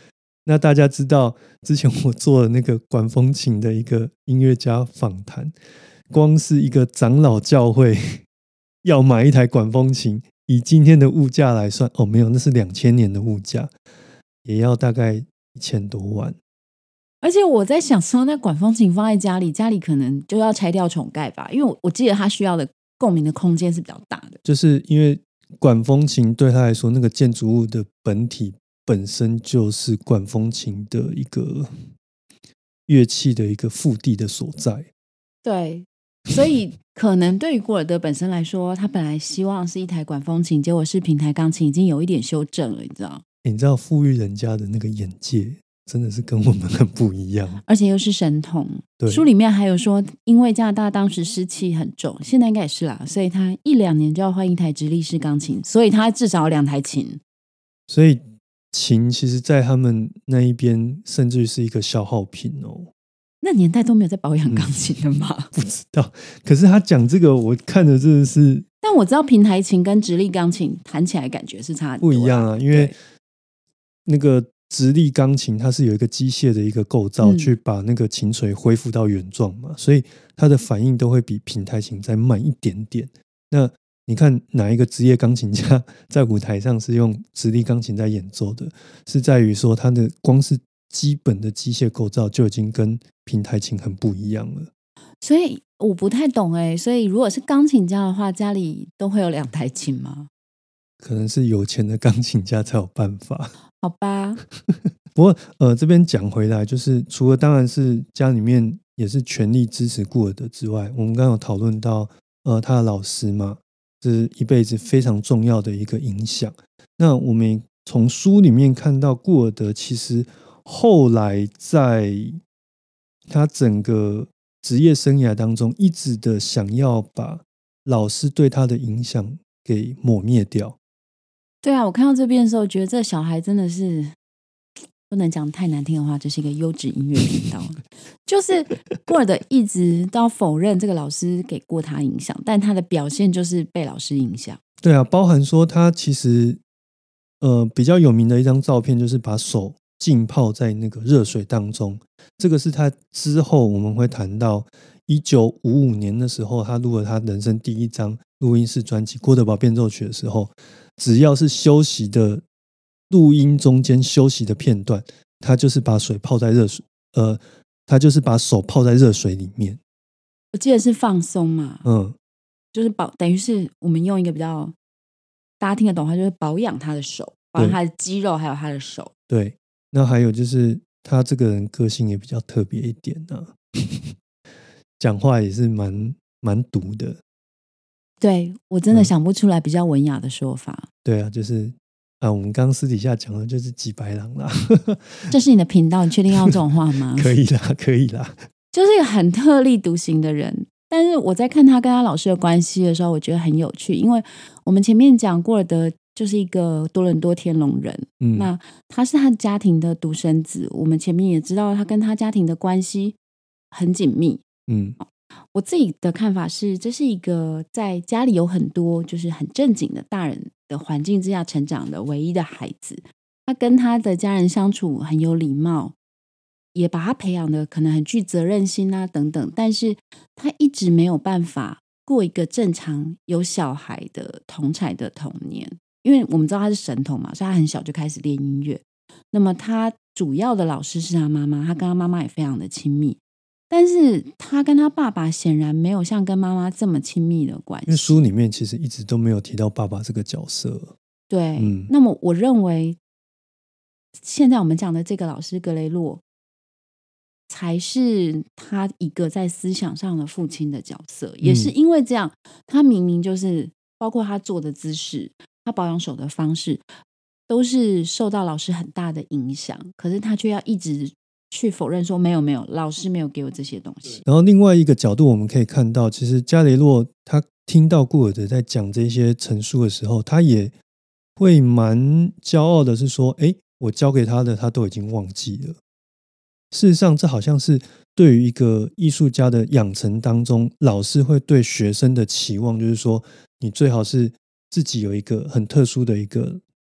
Speaker 2: 那大家知道之前我做了那个管风琴的一个音乐家访谈，光是一个长老教会要买一台管风琴，以今天的物价来算，哦没有，那是两千年的物价，也要大概一千多万。
Speaker 3: 而且我在想说，那管风琴放在家里，家里可能就要拆掉重盖吧，因为 我, 我记得它需要的共鸣的空间是比较大的。
Speaker 2: 就是因为管风琴对他来说，那个建筑物的本体本身就是管风琴的一个乐器的一个腹地的所在。
Speaker 3: 对，所以可能对于古尔德本身来说，他本来希望是一台管风琴，结果是平台钢琴，已经有一点修正了，你知道？
Speaker 2: 你知道富裕人家的那个眼界真的是跟我们很不一样，
Speaker 3: 而且又是神童。书里面还有说，因为加拿大当时湿气很重，现在应该也是啦，所以他一两年就要换一台直立式钢琴，所以他至少有两台琴。
Speaker 2: 所以琴其实在他们那一边甚至是一个消耗品哦。
Speaker 3: 那年代都没有在保养钢琴的吗、
Speaker 2: 嗯、不知道，可是他讲这个我看的真的是，
Speaker 3: 但我知道平台琴跟直立钢琴弹起来感觉是差很多、啊、
Speaker 2: 不一样啊，因为那个直立钢琴它是有一个机械的一个构造、嗯、去把那个琴锤恢复到原状嘛，所以它的反应都会比平台琴再慢一点点。那你看哪一个职业钢琴家在舞台上是用直立钢琴在演奏的，是在于说它的光是基本的机械构造就已经跟平台琴很不一样了。
Speaker 3: 所以我不太懂哎，所以如果是钢琴家的话，家里都会有两台琴吗？
Speaker 2: 可能是有钱的钢琴家才有办法。
Speaker 3: 好吧。
Speaker 2: 不过呃，这边讲回来，就是除了当然是家里面也是全力支持古尔德之外，我们刚刚有讨论到呃他的老师嘛，是一辈子非常重要的一个影响。那我们从书里面看到古尔德其实后来在他整个职业生涯当中一直的想要把老师对他的影响给抹灭掉。
Speaker 3: 对啊，我看到这边的时候觉得这小孩真的是不能讲太难听的话，这是一个优质音乐频道。就是古尔德一直到否认这个老师给过他影响，但他的表现就是被老师影响。
Speaker 2: 对啊，包含说他其实呃比较有名的一张照片就是把手浸泡在那个热水当中，这个是他之后我们会谈到一九五五年的时候，他录了他人生第一张录音室专辑《郭德堡变奏曲》的时候，只要是休息的录音中间休息的片段，他就是把水泡在热水，呃，他就是把手泡在热水里面。
Speaker 3: 我记得是放松嘛，
Speaker 2: 嗯，
Speaker 3: 就是保，等于是我们用一个比较大家听得懂的话，就是保养他的手，保养他的肌肉，还有他的手。
Speaker 2: 对，那还有就是他这个人个性也比较特别一点啊，讲话也是蛮蛮毒的。
Speaker 3: 对，我真的想不出来比较文雅的说法。
Speaker 2: 嗯、对啊，就是啊，我们刚刚私底下讲的就是几白狼啦。
Speaker 3: 这是你的频道，你确定要这种话吗？
Speaker 2: 可以啦，可以啦。
Speaker 3: 就是一个很特立独行的人，但是我在看他跟他老师的关系的时候，我觉得很有趣，因为我们前面讲古尔德就是一个多伦多天龙人，嗯，那他是他家庭的独生子，我们前面也知道他跟他家庭的关系很紧密，嗯。我自己的看法是，这是一个在家里有很多就是很正经的大人的环境之下成长的唯一的孩子。他跟他的家人相处很有礼貌，也把他培养的可能很具责任心啊等等，但是他一直没有办法过一个正常有小孩的同侪的童年。因为我们知道他是神童嘛，所以他很小就开始练音乐。那么他主要的老师是他妈妈，他跟他妈妈也非常的亲密。但是他跟他爸爸显然没有像跟妈妈这么亲密的关系，
Speaker 2: 因为书里面其实一直都没有提到爸爸这个角色。
Speaker 3: 对，嗯、那么我认为现在我们讲的这个老师格雷洛才是他一个在思想上的父亲的角色，嗯、也是因为这样，他明明就是包括他坐的姿势，他保养手的方式都是受到老师很大的影响，可是他却要一直去否认说没有没有，老师没有给我这些东西。
Speaker 2: 然后另外一个角度我们可以看到，其实加雷洛他听到古尔德在讲这些陈述的时候，他也会蛮骄傲的是说，诶，我教给他的他都已经忘记了。事实上这好像是对于一个艺术家的养成当中，老师会对学生的期望，就是说你最好是自己有一个很特殊的一个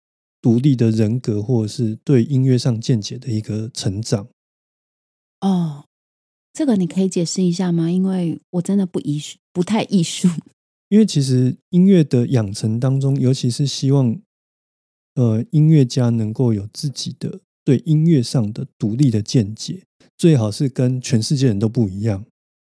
Speaker 2: 独立的人格，或者是对音乐上见解的一个成长。
Speaker 3: 哦，这个你可以解释一下吗？因为我真的不艺术，不太艺术。
Speaker 2: 因为其实音乐的养成当中，尤其是希望呃音乐家能够有自己的对音乐上的独立的见解，最好是跟全世界人都不一样。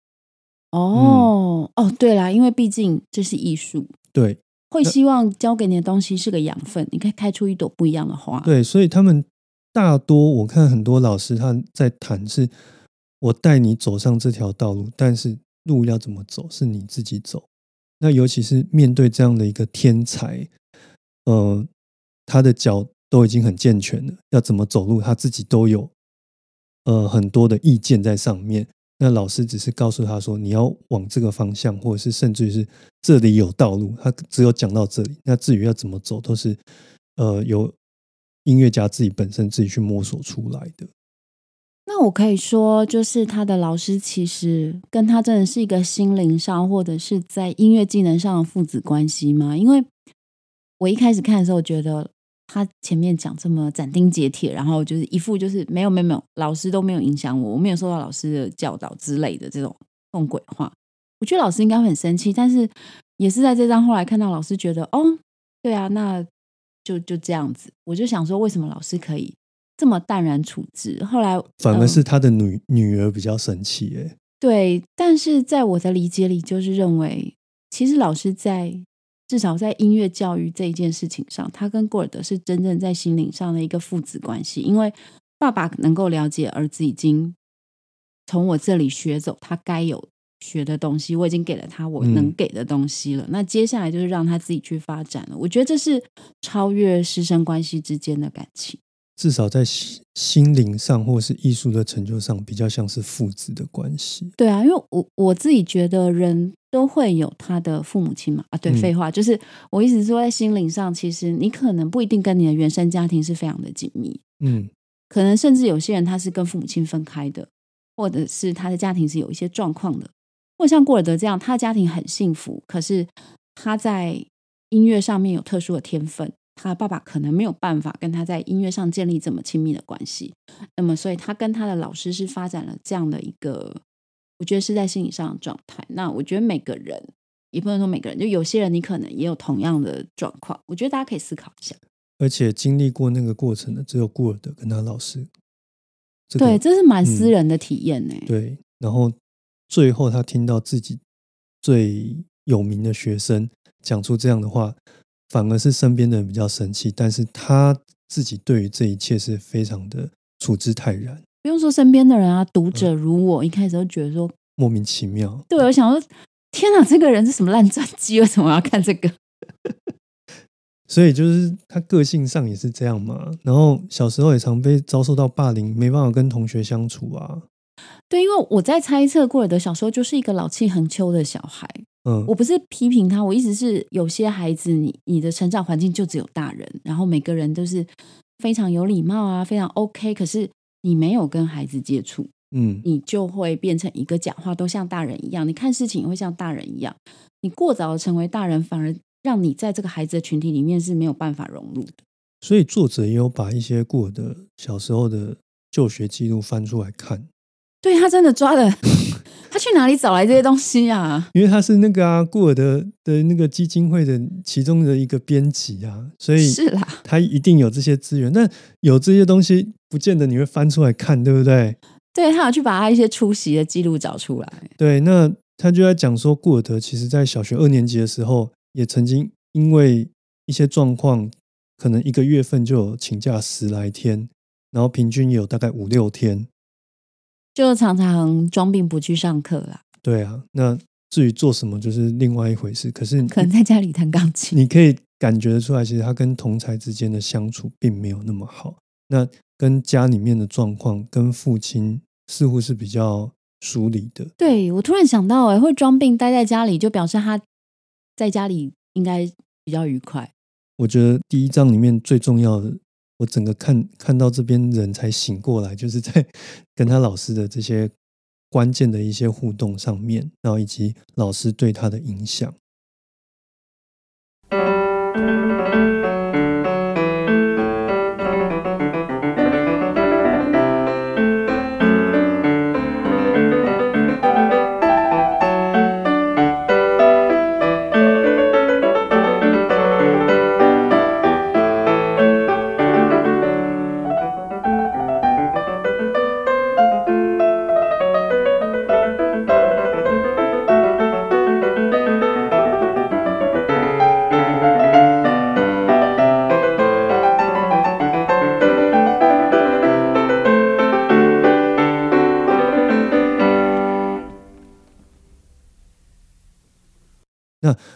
Speaker 3: 哦、嗯、哦，对啦，因为毕竟这是艺术，
Speaker 2: 对，
Speaker 3: 会希望教给你的东西是个养分，你可以开出一朵不一样的花。
Speaker 2: 对，所以他们大多我看很多老师他在谈是，我带你走上这条道路，但是路要怎么走是你自己走。那尤其是面对这样的一个天才，呃，他的脚都已经很健全了，要怎么走路他自己都有呃很多的意见在上面。那老师只是告诉他说，你要往这个方向，或者是甚至于是这里有道路，他只有讲到这里。那至于要怎么走，都是呃由音乐家自己本身自己去摸索出来的。
Speaker 3: 那我可以说，就是他的老师其实跟他真的是一个心灵上或者是在音乐技能上的父子关系吗？因为我一开始看的时候觉得他前面讲这么斩钉截铁，然后就是一副就是没有没有没有，老师都没有影响我，我没有受到老师的教导之类的这种痛鬼话，我觉得老师应该会很生气。但是也是在这张后来看到老师觉得哦对啊，那就就这样子，我就想说为什么老师可以这么淡然处置。后来
Speaker 2: 反而是他的女、呃、女儿比较生气耶。
Speaker 3: 对，但是在我的理解里就是认为其实老师在至少在音乐教育这一件事情上，他跟郭尔德是真正在心灵上的一个父子关系。因为爸爸能够了解儿子已经从我这里学走他该有学的东西，我已经给了他我能给的东西了、嗯、那接下来就是让他自己去发展了。我觉得这是超越师生关系之间的感情，
Speaker 2: 至少在心灵上或是艺术的成就上比较像是父子的关系。
Speaker 3: 对啊，因为我我自己觉得人都会有他的父母亲嘛。啊，对，废话、嗯、就是我意思是说在心灵上其实你可能不一定跟你的原生家庭是非常的紧密，嗯，可能甚至有些人他是跟父母亲分开的，或者是他的家庭是有一些状况的，或者像郭尔德这样他的家庭很幸福，可是他在音乐上面有特殊的天分，他的爸爸可能没有办法跟他在音乐上建立这么亲密的关系，那么所以他跟他的老师是发展了这样的一个我觉得是在心理上的状态。那我觉得每个人也不能说每个人，就有些人你可能也有同样的状况，我觉得大家可以思考一下。
Speaker 2: 而且经历过那个过程的只有郭尔德跟他老师、
Speaker 3: 这个、对，这是蛮私人的体验、欸嗯、
Speaker 2: 对，然后最后他听到自己最有名的学生讲出这样的话，反而是身边的人比较生气，但是他自己对于这一切是非常的处之泰然。
Speaker 3: 不用说身边的人啊，读者如我、嗯、一开始都觉得说
Speaker 2: 莫名其妙。
Speaker 3: 对，我想说天哪，这个人是什么烂专辑，为什么要看这个？
Speaker 2: 所以就是他个性上也是这样嘛，然后小时候也常被遭受到霸凌，没办法跟同学相处啊。
Speaker 3: 对，因为我在猜测郭尔德小时候就是一个老气横秋的小孩。嗯，我不是批评他，我意思是有些孩子你你的成长环境就只有大人，然后每个人都是非常有礼貌啊，非常 OK， 可是你没有跟孩子接触，嗯，你就会变成一个讲话都像大人一样，你看事情也会像大人一样，你过早的成为大人，反而让你在这个孩子的群体里面是没有办法融入的。
Speaker 2: 所以作者也有把一些郭尔德小时候的就学记录翻出来看。
Speaker 3: 对，他真的抓了他去哪里找来这些东西啊？
Speaker 2: 因为他是那个啊郭尔德的那个基金会的其中的一个编辑啊，所以
Speaker 3: 是啦，
Speaker 2: 他一定有这些资源。但有这些东西不见得你会翻出来看，对不对？
Speaker 3: 对，他有去把他一些出席的记录找出来。
Speaker 2: 对，那他就在讲说郭尔德其实在小学二年级的时候也曾经因为一些状况可能一个月份就有请假十来天，然后平均也有大概五六天，
Speaker 3: 就常常装病不去上课啦。
Speaker 2: 对啊，那至于做什么就是另外一回事，可是
Speaker 3: 可能在家里弹钢琴。
Speaker 2: 你可以感觉得出来，其实他跟同侪之间的相处并没有那么好，那跟家里面的状况跟父亲似乎是比较疏离的。
Speaker 3: 对，我突然想到、欸、会装病待在家里就表示他在家里应该比较愉快。
Speaker 2: 我觉得第一章里面最重要的，我整个看看到这边人才醒过来，就是在跟他老师的这些关键的一些互动上面，然后以及老师对他的影响。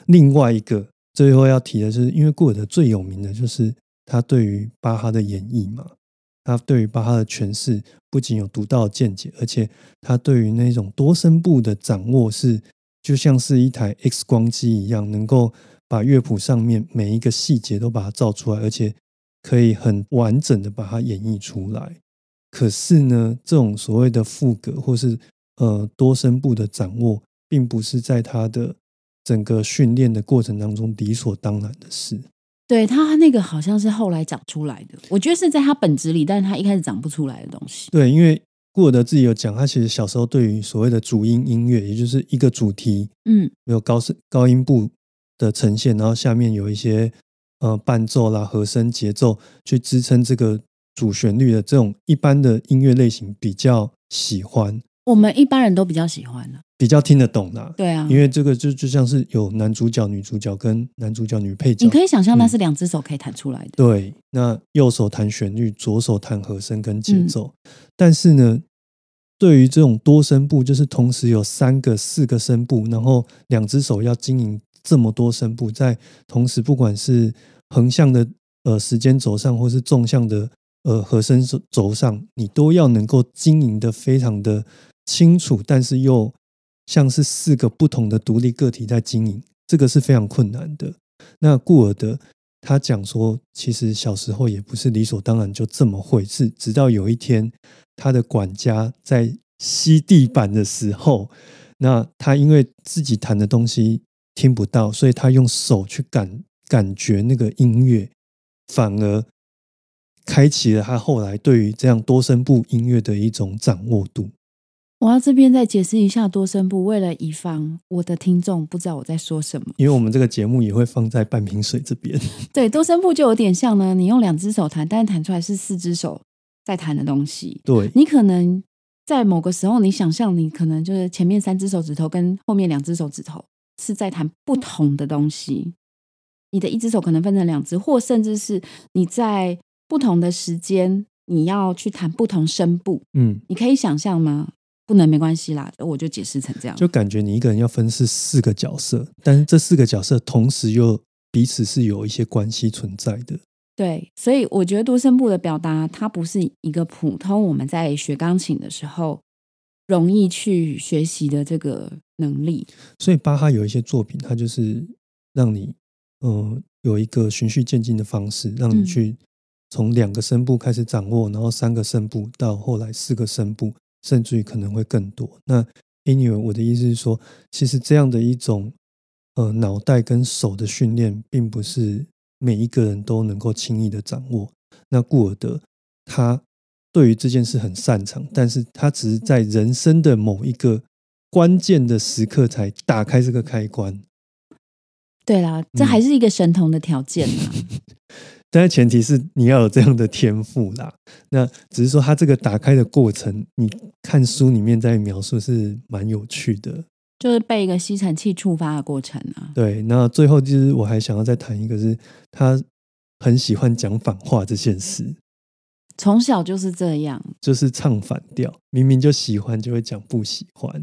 Speaker 2: 另外一个最后要提的是，因为顾尔德最有名的就是他对于巴哈的演绎嘛，他对于巴哈的诠释不仅有独到的见解，而且他对于那种多声部的掌握是就像是一台 X 光机一样，能够把乐谱上面每一个细节都把它照出来，而且可以很完整的把它演绎出来。可是呢，这种所谓的副歌或是呃多声部的掌握，并不是在他的整个训练的过程当中理所当然的事。
Speaker 3: 对，他那个好像是后来长出来的，我觉得是在他本质里，但是他一开始长不出来的东西。
Speaker 2: 对，因为顾尔德自己有讲，他其实小时候对于所谓的主音音乐，也就是一个主题，
Speaker 3: 嗯，
Speaker 2: 有高声高音部的呈现，然后下面有一些呃伴奏啦、和声、节奏去支撑这个主旋律的这种一般的音乐类型比较喜欢，
Speaker 3: 我们一般人都比较喜欢了，
Speaker 2: 比较听得懂啦。
Speaker 3: 对啊，
Speaker 2: 因为这个就就像是有男主角、女主角跟男主角、女配角，
Speaker 3: 你可以想象那是两只手可以弹出来的。
Speaker 2: 对，那右手弹旋律，左手弹和声跟节奏。
Speaker 3: 嗯、
Speaker 2: 但是呢，对于这种多声部，就是同时有三个、四个声部，然后两只手要经营这么多声部，在同时不管是横向的呃时间轴上，或是纵向的呃和声轴上，你都要能够经营的非常的清楚，但是又像是四个不同的独立个体在经营，这个是非常困难的。那顾尔德他讲说，其实小时候也不是理所当然就这么会，是直到有一天他的管家在吸地板的时候，那他因为自己弹的东西听不到，所以他用手去感感觉那个音乐，反而开启了他后来对于这样多声部音乐的一种掌握度。
Speaker 3: 我要这边再解释一下多声部，为了以防我的听众不知道我在说什么，
Speaker 2: 因为我们这个节目也会放在半瓶水这边。
Speaker 3: 对，多声部就有点像呢，你用两只手弹，但是弹出来是四只手在弹的东西。
Speaker 2: 对，
Speaker 3: 你可能在某个时候，你想象你可能就是前面三只手指头跟后面两只手指头是在弹不同的东西，你的一只手可能分成两只，或甚至是你在不同的时间你要去弹不同声部。
Speaker 2: 嗯，
Speaker 3: 你可以想象吗？不能没关系啦，我就解释成这样，
Speaker 2: 就感觉你一个人要分饰四个角色，但是这四个角色同时又彼此是有一些关系存在的。
Speaker 3: 对，所以我觉得多声部的表达，它不是一个普通我们在学钢琴的时候容易去学习的这个能力。
Speaker 2: 所以巴哈有一些作品，它就是让你呃有一个循序渐进的方式，让你去从两个声部开始掌握，然后三个声部到后来四个声部，甚至于可能会更多。那 anyway 我的意思是说，其实这样的一种呃脑袋跟手的训练，并不是每一个人都能够轻易的掌握。那顾尔德他对于这件事很擅长，但是他只是在人生的某一个关键的时刻才打开这个开关。
Speaker 3: 对啦，这还是一个神童的条件啦。嗯
Speaker 2: 但是前提是你要有这样的天赋啦。那只是说他这个打开的过程，你看书里面在描述是蛮有趣的，
Speaker 3: 就是被一个吸尘器触发的过程啊。
Speaker 2: 对，那最后就是我还想要再谈一个是，他很喜欢讲反话这件事。
Speaker 3: 从小就是这样，
Speaker 2: 就是唱反调，明明就喜欢就会讲不喜欢。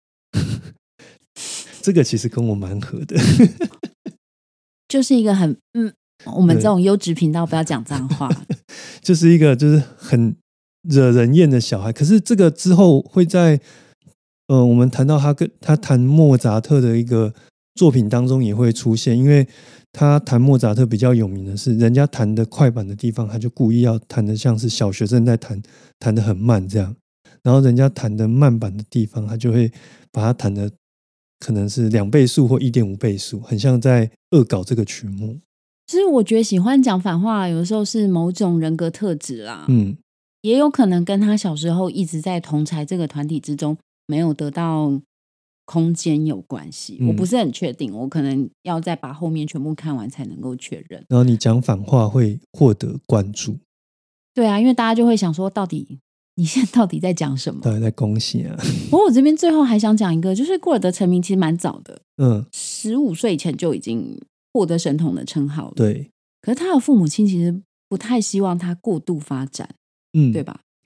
Speaker 2: 这个其实跟我蛮合的。
Speaker 3: 就是一个很嗯。我们这种优质频道不要讲脏话。
Speaker 2: 就是一个就是很惹人厌的小孩。可是这个之后会在呃我们谈到他跟他弹莫扎特的一个作品当中也会出现，因为他弹莫扎特比较有名的是，人家弹的快板的地方，他就故意要弹的像是小学生在弹，弹的很慢这样，然后人家弹的慢板的地方，他就会把它弹的可能是两倍速或 一点五 倍速，很像在恶搞这个曲目。
Speaker 3: 其实我觉得喜欢讲反话，有的时候是某种人格特质啦，
Speaker 2: 嗯，
Speaker 3: 也有可能跟他小时候一直在同侪这个团体之中没有得到空间有关系。嗯、我不是很确定，我可能要再把后面全部看完才能够确认。
Speaker 2: 然后你讲反话会获得关注，
Speaker 3: 对啊，因为大家就会想说，到底你现在到底在讲什么？
Speaker 2: 到底在恭喜啊！
Speaker 3: 不过我这边最后还想讲一个，就是顾尔德成名其实蛮早的，
Speaker 2: 嗯，
Speaker 3: 十五岁以前就已经获得神童的称号了。
Speaker 2: 对，
Speaker 3: 可是他的父母亲其实不太希望他过度发展，嗯，对吧？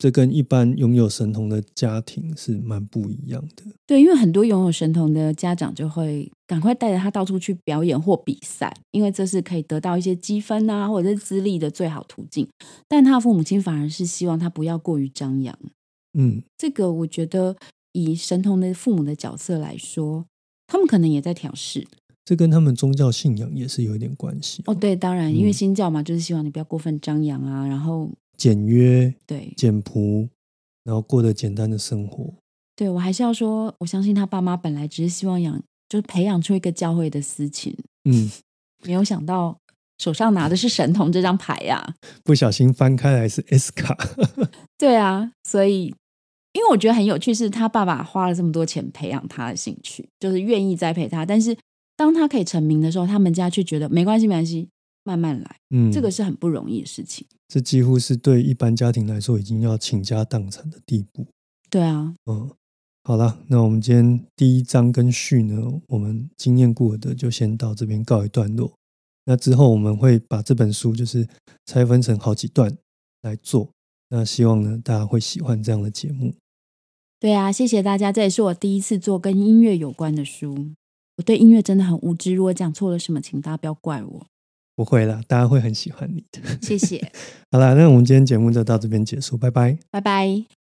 Speaker 2: 这跟一般拥有神童的家庭是蛮不一样的。
Speaker 3: 对，因为很多拥有神童的家长就会赶快带着他到处去表演或比赛，因为这是可以得到一些积分啊，或者是资历的最好途径。但他的父母亲反而是希望他不要过于张扬。
Speaker 2: 嗯，
Speaker 3: 这个我觉得以神童的父母的角色来说，他们可能也在调试。
Speaker 2: 这跟他们宗教信仰也是有一点关系
Speaker 3: 哦，对，当然，
Speaker 2: 嗯
Speaker 3: 因为新教嘛，就是希望你不要过分张扬啊，然后
Speaker 2: 简约、
Speaker 3: 对
Speaker 2: 简朴，然后过得简单的生活。
Speaker 3: 对，我还是要说，我相信他爸妈本来只是希望养，就是培养出一个教会的私情，
Speaker 2: 嗯，
Speaker 3: 没有想到手上拿的是神童这张牌呀、
Speaker 2: 不小心翻开来是 S 卡。
Speaker 3: 对啊，所以因为我觉得很有趣，是他爸爸花了这么多钱培养他的兴趣，就是愿意栽培他，但是当他可以成名的时候，他们家却觉得没关系，没关系，慢慢来。
Speaker 2: 嗯，
Speaker 3: 这个是很不容易的事情。
Speaker 2: 这几乎是对一般家庭来说已经要倾家荡产的地步。
Speaker 3: 对啊，
Speaker 2: 嗯，好了，那我们今天第一章跟序呢，我们经验过的就先到这边告一段落。那之后我们会把这本书就是拆分成好几段来做。那希望呢大家会喜欢这样的节目。
Speaker 3: 对啊，谢谢大家，这也是我第一次做跟音乐有关的书。我对音乐真的很无知，如果讲错了什么，请大家不要怪我。
Speaker 2: 不会啦，大家会很喜欢你的。
Speaker 3: 谢谢，
Speaker 2: 好啦，那我们今天节目就到这边结束，拜拜。
Speaker 3: 拜拜。